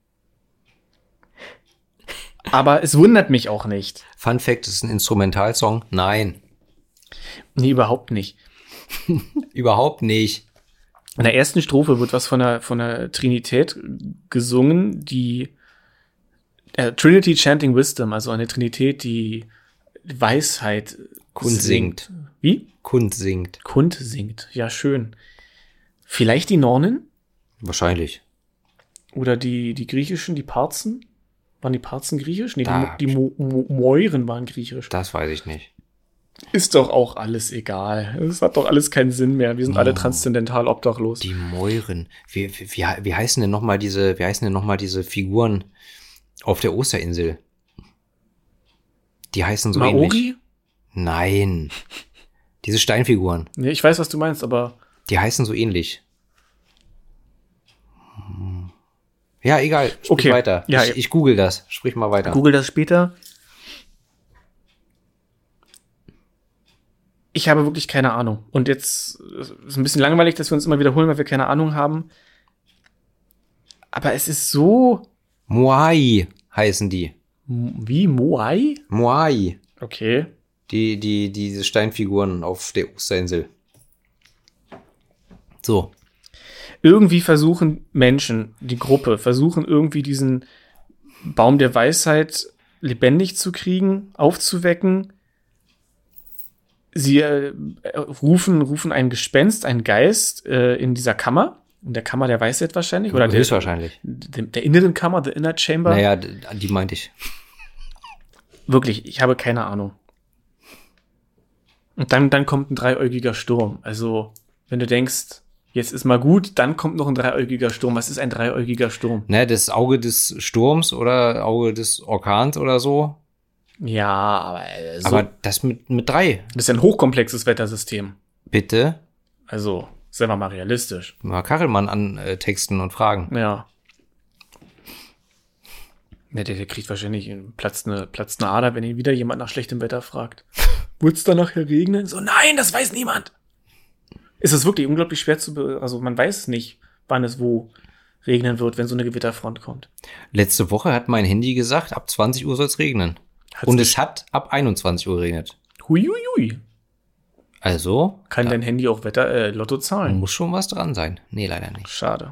Aber es wundert mich auch nicht. Fun Fact, ist ein Instrumentalsong? Nein. Nee, überhaupt nicht. Überhaupt nicht. In der ersten Strophe wird was von der, von der Trinität gesungen, die äh, Trinity Chanting Wisdom, also eine Trinität, die Weisheit Kund singt. Wie? Kund singt. Kund singt, ja schön. Vielleicht die Nornen? Wahrscheinlich. Oder die, die Griechischen, die Parzen? Waren die Parzen griechisch? Nee, Da- die, die Mo Mo Moiren waren griechisch. Das weiß ich nicht. Ist doch auch alles egal. Es hat doch alles keinen Sinn mehr. Wir sind alle Oh. transzendental obdachlos. Die Mäuren. Wie, wie, wie, wie heißen denn noch mal diese, wie heißen denn noch mal diese Figuren auf der Osterinsel? Die heißen so ähnlich. Maori? Nein. Diese Steinfiguren. Nee, ich weiß, was du meinst, aber Die heißen so ähnlich. Hm. Ja, egal. Sprich Okay. weiter. Ja, ich, ja. ich google das. Sprich mal weiter. google das später. Ich habe wirklich keine Ahnung. Und jetzt ist es ein bisschen langweilig, dass wir uns immer wiederholen, weil wir keine Ahnung haben. Aber es ist so Moai heißen die. wie Moai? Moai. Okay. Die, die, diese Steinfiguren auf der Osterinsel. So. Irgendwie versuchen Menschen, die Gruppe, versuchen irgendwie diesen Baum der Weisheit lebendig zu kriegen, aufzuwecken. Sie äh, rufen, rufen ein Gespenst, einen Geist äh, in dieser Kammer, in der Kammer der Weisheit wahrscheinlich, oder der, Höchstwahrscheinlich. der, der inneren Kammer, the inner chamber. Naja, d- die meinte ich. Wirklich, ich habe keine Ahnung. Und dann, dann kommt ein dreiäugiger Sturm. Also, wenn du denkst, jetzt ist mal gut, dann kommt noch ein dreiäugiger Sturm. Was ist ein dreiäugiger Sturm? Ne, das Auge des Sturms oder Auge des Orkans oder so. Ja, aber äh, so, Aber das mit, mit drei. das ist ein hochkomplexes Wettersystem. Bitte Also, seien wir mal realistisch. mal Kachelmann an äh, Texten und Fragen. Ja. Ja, der, der kriegt wahrscheinlich einen- platzt eine, platzt eine Ader, wenn ihn wieder jemand nach schlechtem Wetter fragt. Wird's da nachher regnen? So, nein, das weiß niemand. Ist es wirklich unglaublich schwer zu, be also man weiß nicht, wann es wo regnen wird, wenn so eine Gewitterfront kommt. Letzte Woche hat mein Handy gesagt, ab zwanzig Uhr soll es regnen. Hat's Und nicht- es hat ab einundzwanzig Uhr geregnet. Huiuiui. Also Kann da dein Handy auch Wetter, äh, Lotto zahlen? muss schon was dran sein. Nee, leider nicht. Schade.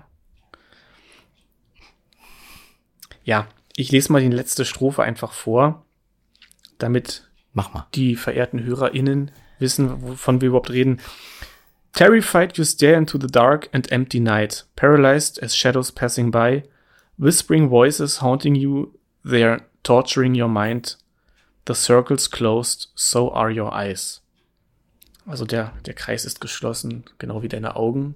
Ja, ich lese mal die letzte Strophe einfach vor, damit Mach mal. die verehrten HörerInnen wissen, wovon wir überhaupt reden. Terrified you stare into the dark and empty night, paralyzed as shadows passing by, whispering voices haunting you, they're torturing your mind. The circle's closed, so are your eyes. Also der, der Kreis ist geschlossen, genau wie deine Augen.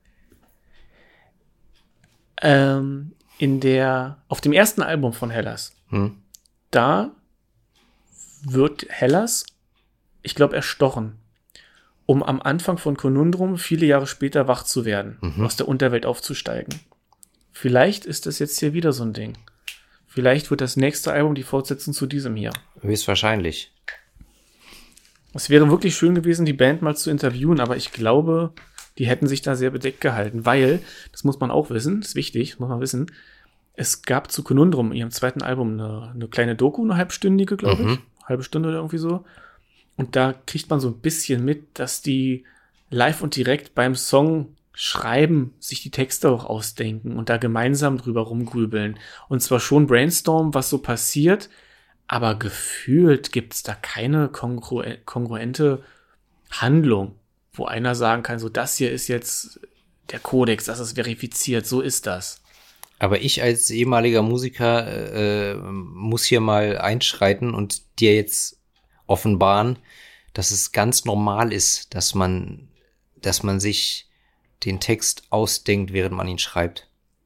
Ähm, in der, auf dem ersten Album von Hellas, Hm? da wird Hellas, ich glaube, erstochen, um am Anfang von Conundrum viele Jahre später wach zu werden, Mhm. aus der Unterwelt aufzusteigen. Vielleicht ist das jetzt hier wieder so ein Ding. Vielleicht wird das nächste Album die Fortsetzung zu diesem hier. Höchstwahrscheinlich. Es wäre wirklich schön gewesen, die Band mal zu interviewen, aber ich glaube, die hätten sich da sehr bedeckt gehalten, weil, das muss man auch wissen, ist wichtig, das muss man wissen, es gab zu Conundrum, ihrem zweiten Album, eine, eine kleine Doku, eine halbstündige, glaube Mhm. ich, halbe Stunde oder irgendwie so. Und da kriegt man so ein bisschen mit, dass die live und direkt beim Song schreiben, sich die Texte auch ausdenken und da gemeinsam drüber rumgrübeln. Und zwar schon brainstormen, was so passiert, aber gefühlt gibt's da keine kongrue- kongruente Handlung, wo einer sagen kann, so das hier ist jetzt der Kodex, das ist verifiziert, so ist das. Aber ich als ehemaliger Musiker äh, muss hier mal einschreiten und dir jetzt offenbaren, dass es ganz normal ist, dass man, dass man sich den Text ausdenkt, während man ihn schreibt.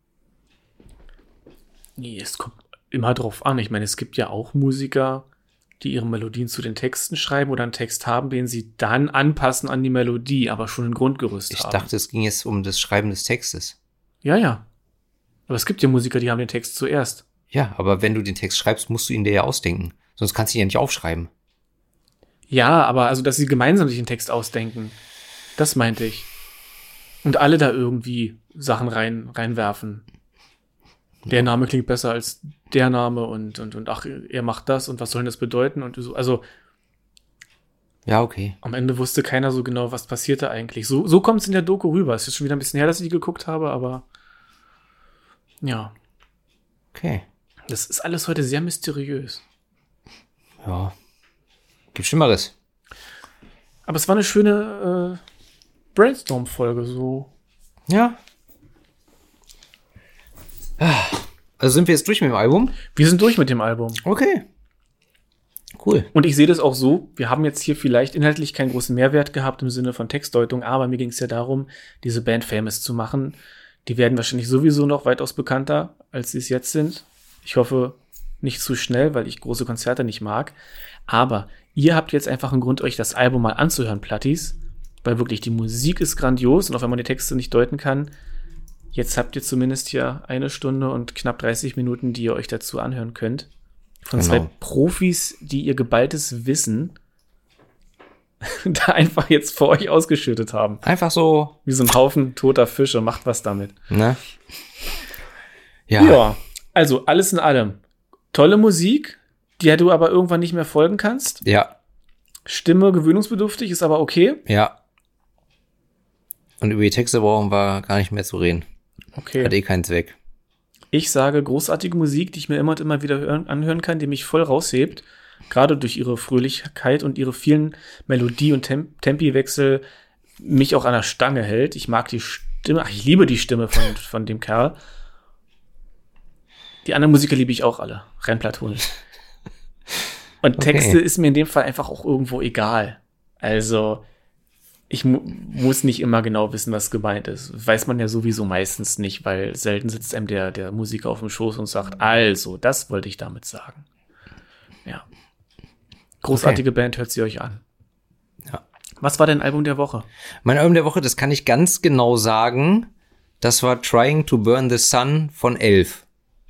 Nee, es kommt immer drauf an. Ich meine, es gibt ja auch Musiker, die ihre Melodien zu den Texten schreiben oder einen Text haben, den sie dann anpassen an die Melodie, aber schon ein Grundgerüst Ich haben. dachte, es ging jetzt um das Schreiben des Textes. Ja, ja. Aber es gibt ja Musiker, die haben den Text zuerst. Ja, aber wenn du den Text schreibst, musst du ihn dir ja ausdenken. Sonst kannst du ihn ja nicht aufschreiben. Ja, aber also, dass sie gemeinsam sich einen Text ausdenken. Das meinte ich. Und alle da irgendwie Sachen rein, reinwerfen. Der Name klingt besser als der Name und, und, und ach, er macht das und was soll denn das bedeuten? Und so, also Ja, okay. am Ende wusste keiner so genau, was passierte eigentlich. So, so kommt es in der Doku rüber. Es ist schon wieder ein bisschen her, dass ich die geguckt habe, aber ja. Okay. Das ist alles heute sehr mysteriös. Ja. Gibt Schlimmeres. Aber es war eine schöne äh, Brainstorm-Folge, so. Ja. Also sind wir jetzt durch mit dem Album? Wir sind durch mit dem Album. Okay. Cool. Und ich sehe das auch so, wir haben jetzt hier vielleicht inhaltlich keinen großen Mehrwert gehabt im Sinne von Textdeutung, aber mir ging es ja darum, diese Band famous zu machen. Die werden wahrscheinlich sowieso noch weitaus bekannter, als sie es jetzt sind. Ich hoffe, nicht zu schnell, weil ich große Konzerte nicht mag. Aber ihr habt jetzt einfach einen Grund, euch das Album mal anzuhören, Plattis, weil wirklich die Musik ist grandios und auch wenn man die Texte nicht deuten kann, jetzt habt ihr zumindest hier eine Stunde und knapp dreißig Minuten, die ihr euch dazu anhören könnt. Von Genau. zwei Profis, die ihr geballtes Wissen da einfach jetzt vor euch ausgeschüttet haben. Einfach so, Wie so ein Haufen toter Fische. Macht was damit. ne? Ja. Ja, also alles in allem. Tolle Musik, der du aber irgendwann nicht mehr folgen kannst. Ja. Stimme gewöhnungsbedürftig, ist aber okay. Ja. Und über die Texte brauchen wir gar nicht mehr zu reden. Hat Okay. eh keinen Zweck. Ich sage großartige Musik, die ich mir immer und immer wieder hören, anhören kann, die mich voll raushebt. Gerade durch ihre Fröhlichkeit und ihre vielen Melodie- und Temp- Tempiwechsel mich auch an der Stange hält. Ich mag die Stimme, ach, ich liebe die Stimme von, von dem Kerl. Die anderen Musiker liebe ich auch alle, rein platonisch. Und Okay. Texte ist mir in dem Fall einfach auch irgendwo egal. Also, ich mu muss nicht immer genau wissen, was gemeint ist. Weiß man ja sowieso meistens nicht, weil selten sitzt einem der, der Musiker auf dem Schoß und sagt, also, das wollte ich damit sagen. Ja. Großartige Band, hört sie euch an. Ja. Was war dein Album der Woche? Mein Album der Woche, das kann ich ganz genau sagen. Das war Trying to Burn the Sun von Elf.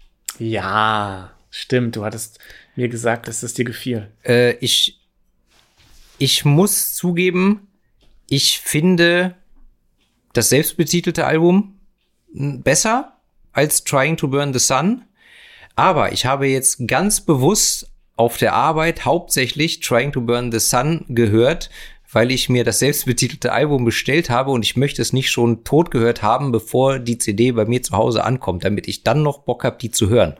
Ja, stimmt. Du hattest mir gesagt, dass das dir gefiel. Äh, ich, ich muss zugeben, ich finde das selbstbetitelte Album m, besser als Trying to Burn the Sun. Aber ich habe jetzt ganz bewusst auf der Arbeit hauptsächlich Trying to Burn the Sun gehört, weil ich mir das selbstbetitelte Album bestellt habe und ich möchte es nicht schon tot gehört haben, bevor die C D bei mir zu Hause ankommt, damit ich dann noch Bock habe, die zu hören.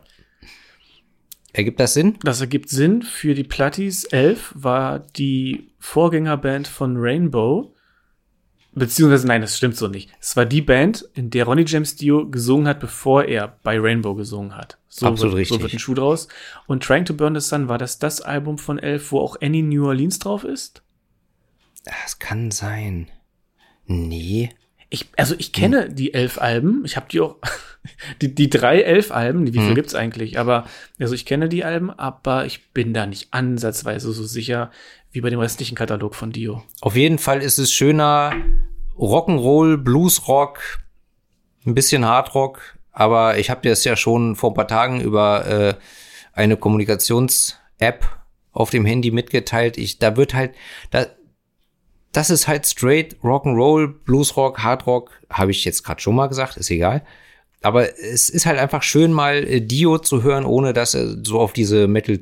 Ergibt das Sinn? Das ergibt Sinn. Für die Platties. Elf war die Vorgängerband von Rainbow. Beziehungsweise, nein, das stimmt so nicht. Es war die Band, in der Ronnie James Dio gesungen hat, bevor er bei Rainbow gesungen hat. So Absolut wird, richtig. So wird ein Schuh draus. Und Trying to Burn the Sun, war das das Album von Elf, wo auch Annie New Orleans drauf ist? Das kann sein. Nee. Ich, also ich kenne die elf Alben. Ich habe die auch, die, die drei elf Alben, wie viel Mhm. gibt's eigentlich? Aber, also ich kenne die Alben, aber ich bin da nicht ansatzweise so sicher wie bei dem restlichen Katalog von Dio. Auf jeden Fall ist es schöner Rock'n'Roll, Bluesrock, ein bisschen Hardrock, aber ich habe dir das ja schon vor ein paar Tagen über äh, eine Kommunikations-App auf dem Handy mitgeteilt. Ich, da wird halt, da, das ist halt straight Rock'n'Roll, Bluesrock, Hardrock, habe ich jetzt gerade schon mal gesagt, ist egal. Aber es ist halt einfach schön, mal äh, Dio zu hören, ohne dass er so auf diese Metal-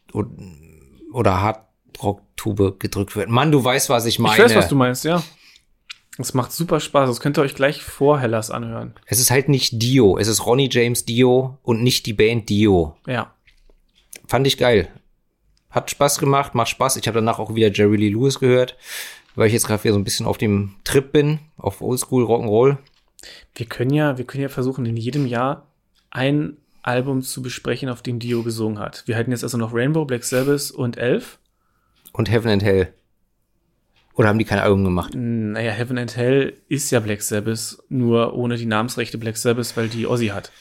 oder Hardrock-Tube gedrückt wird. Mann, du weißt, was ich meine. Ich weiß, was du meinst, ja. Es macht super Spaß. Das könnt ihr euch gleich vor Hellas anhören. Es ist halt nicht Dio, es ist Ronnie James Dio und nicht die Band Dio. Ja. Fand ich geil. Hat Spaß gemacht, macht Spaß. Ich habe danach auch wieder Jerry Lee Lewis gehört, weil ich jetzt gerade wieder so ein bisschen auf dem Trip bin, auf Oldschool Rock'n'Roll. Wir können ja, wir können ja versuchen, in jedem Jahr ein Album zu besprechen, auf dem Dio gesungen hat. Wir hatten jetzt also noch Rainbow, Black Sabbath und Elf. Und Heaven and Hell. Oder haben die kein Album gemacht? Naja, Heaven and Hell ist ja Black Sabbath, nur ohne die Namensrechte Black Sabbath, weil die Ozzy hat.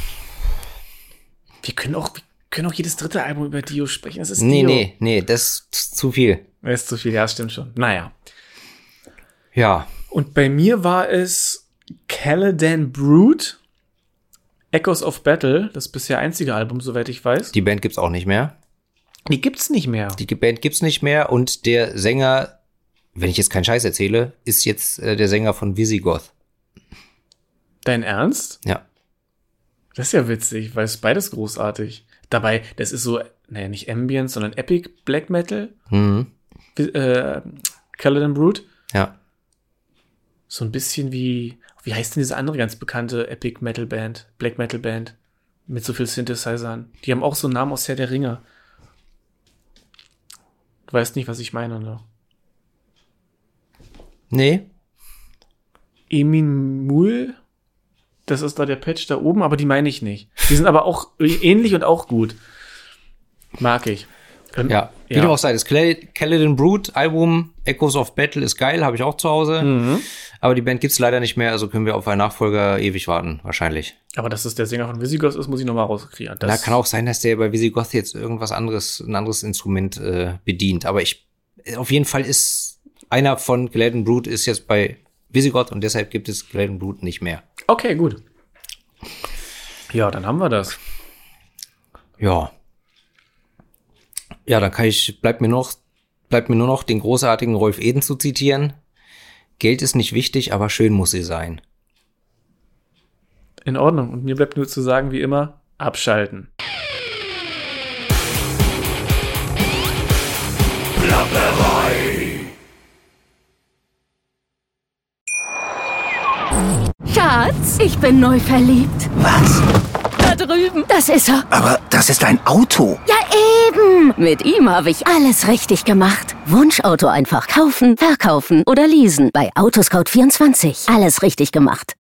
Wir können auch, wir können auch jedes dritte Album über Dio sprechen. Das ist Nee, Dio. nee, nee, das ist zu viel. Das ist zu viel, ja, stimmt schon. Naja. Ja, Und bei mir war es Caladan Brood, Echoes of Battle, das bisher einzige Album, soweit ich weiß. die Band gibt's auch nicht mehr. Die gibt's nicht mehr. Die Band gibt's nicht mehr und der Sänger, wenn ich jetzt keinen Scheiß erzähle, ist jetzt äh, der Sänger von Visigoth. Dein Ernst? Ja. Das ist ja witzig, weil es beides großartig. Dabei, das ist so, naja, nicht Ambient, sondern Epic Black Metal. Mhm. Äh, Caladan Brute. Ja. So ein bisschen wie, wie heißt denn diese andere ganz bekannte Epic Metal Band, Black Metal Band, mit so viel Synthesizern? Die haben auch so einen Namen aus Herr der Ringe. Du weißt nicht, was ich meine, ne? Nee. Emin Mul? Das ist da der Patch da oben, aber die meine ich nicht. Die sind aber auch ähnlich und auch gut. Mag ich. Und, ja, wie ja. du auch sagst, das Caladan Brute Album Echoes of Battle ist geil, habe ich auch zu Hause. Mhm. Aber die Band gibt's leider nicht mehr, also können wir auf einen Nachfolger ewig warten, wahrscheinlich. Aber dass es der Sänger von Visigoth ist, muss ich nochmal rauskriegen. Na, kann auch sein, dass der bei Visigoth jetzt irgendwas anderes, ein anderes Instrument äh, bedient. Aber ich, auf jeden Fall ist einer von Caladan Brute ist jetzt bei Visigoth und deshalb gibt es Caladan Brute nicht mehr. Okay, gut. Ja, dann haben wir das. Ja. Ja, dann kann ich, bleibt mir noch, bleibt mir nur noch den großartigen Rolf Eden zu zitieren. Geld ist nicht wichtig, aber schön muss sie sein. In Ordnung. Und mir bleibt nur zu sagen, wie immer, abschalten. Plapperei. Schatz, ich bin neu verliebt. Was? Da drüben. Das ist er. Aber das ist ein Auto. Ja, eben. Mit ihm habe ich alles richtig gemacht. Wunschauto einfach kaufen, verkaufen oder leasen. Bei Autoscout vierundzwanzig. Alles richtig gemacht.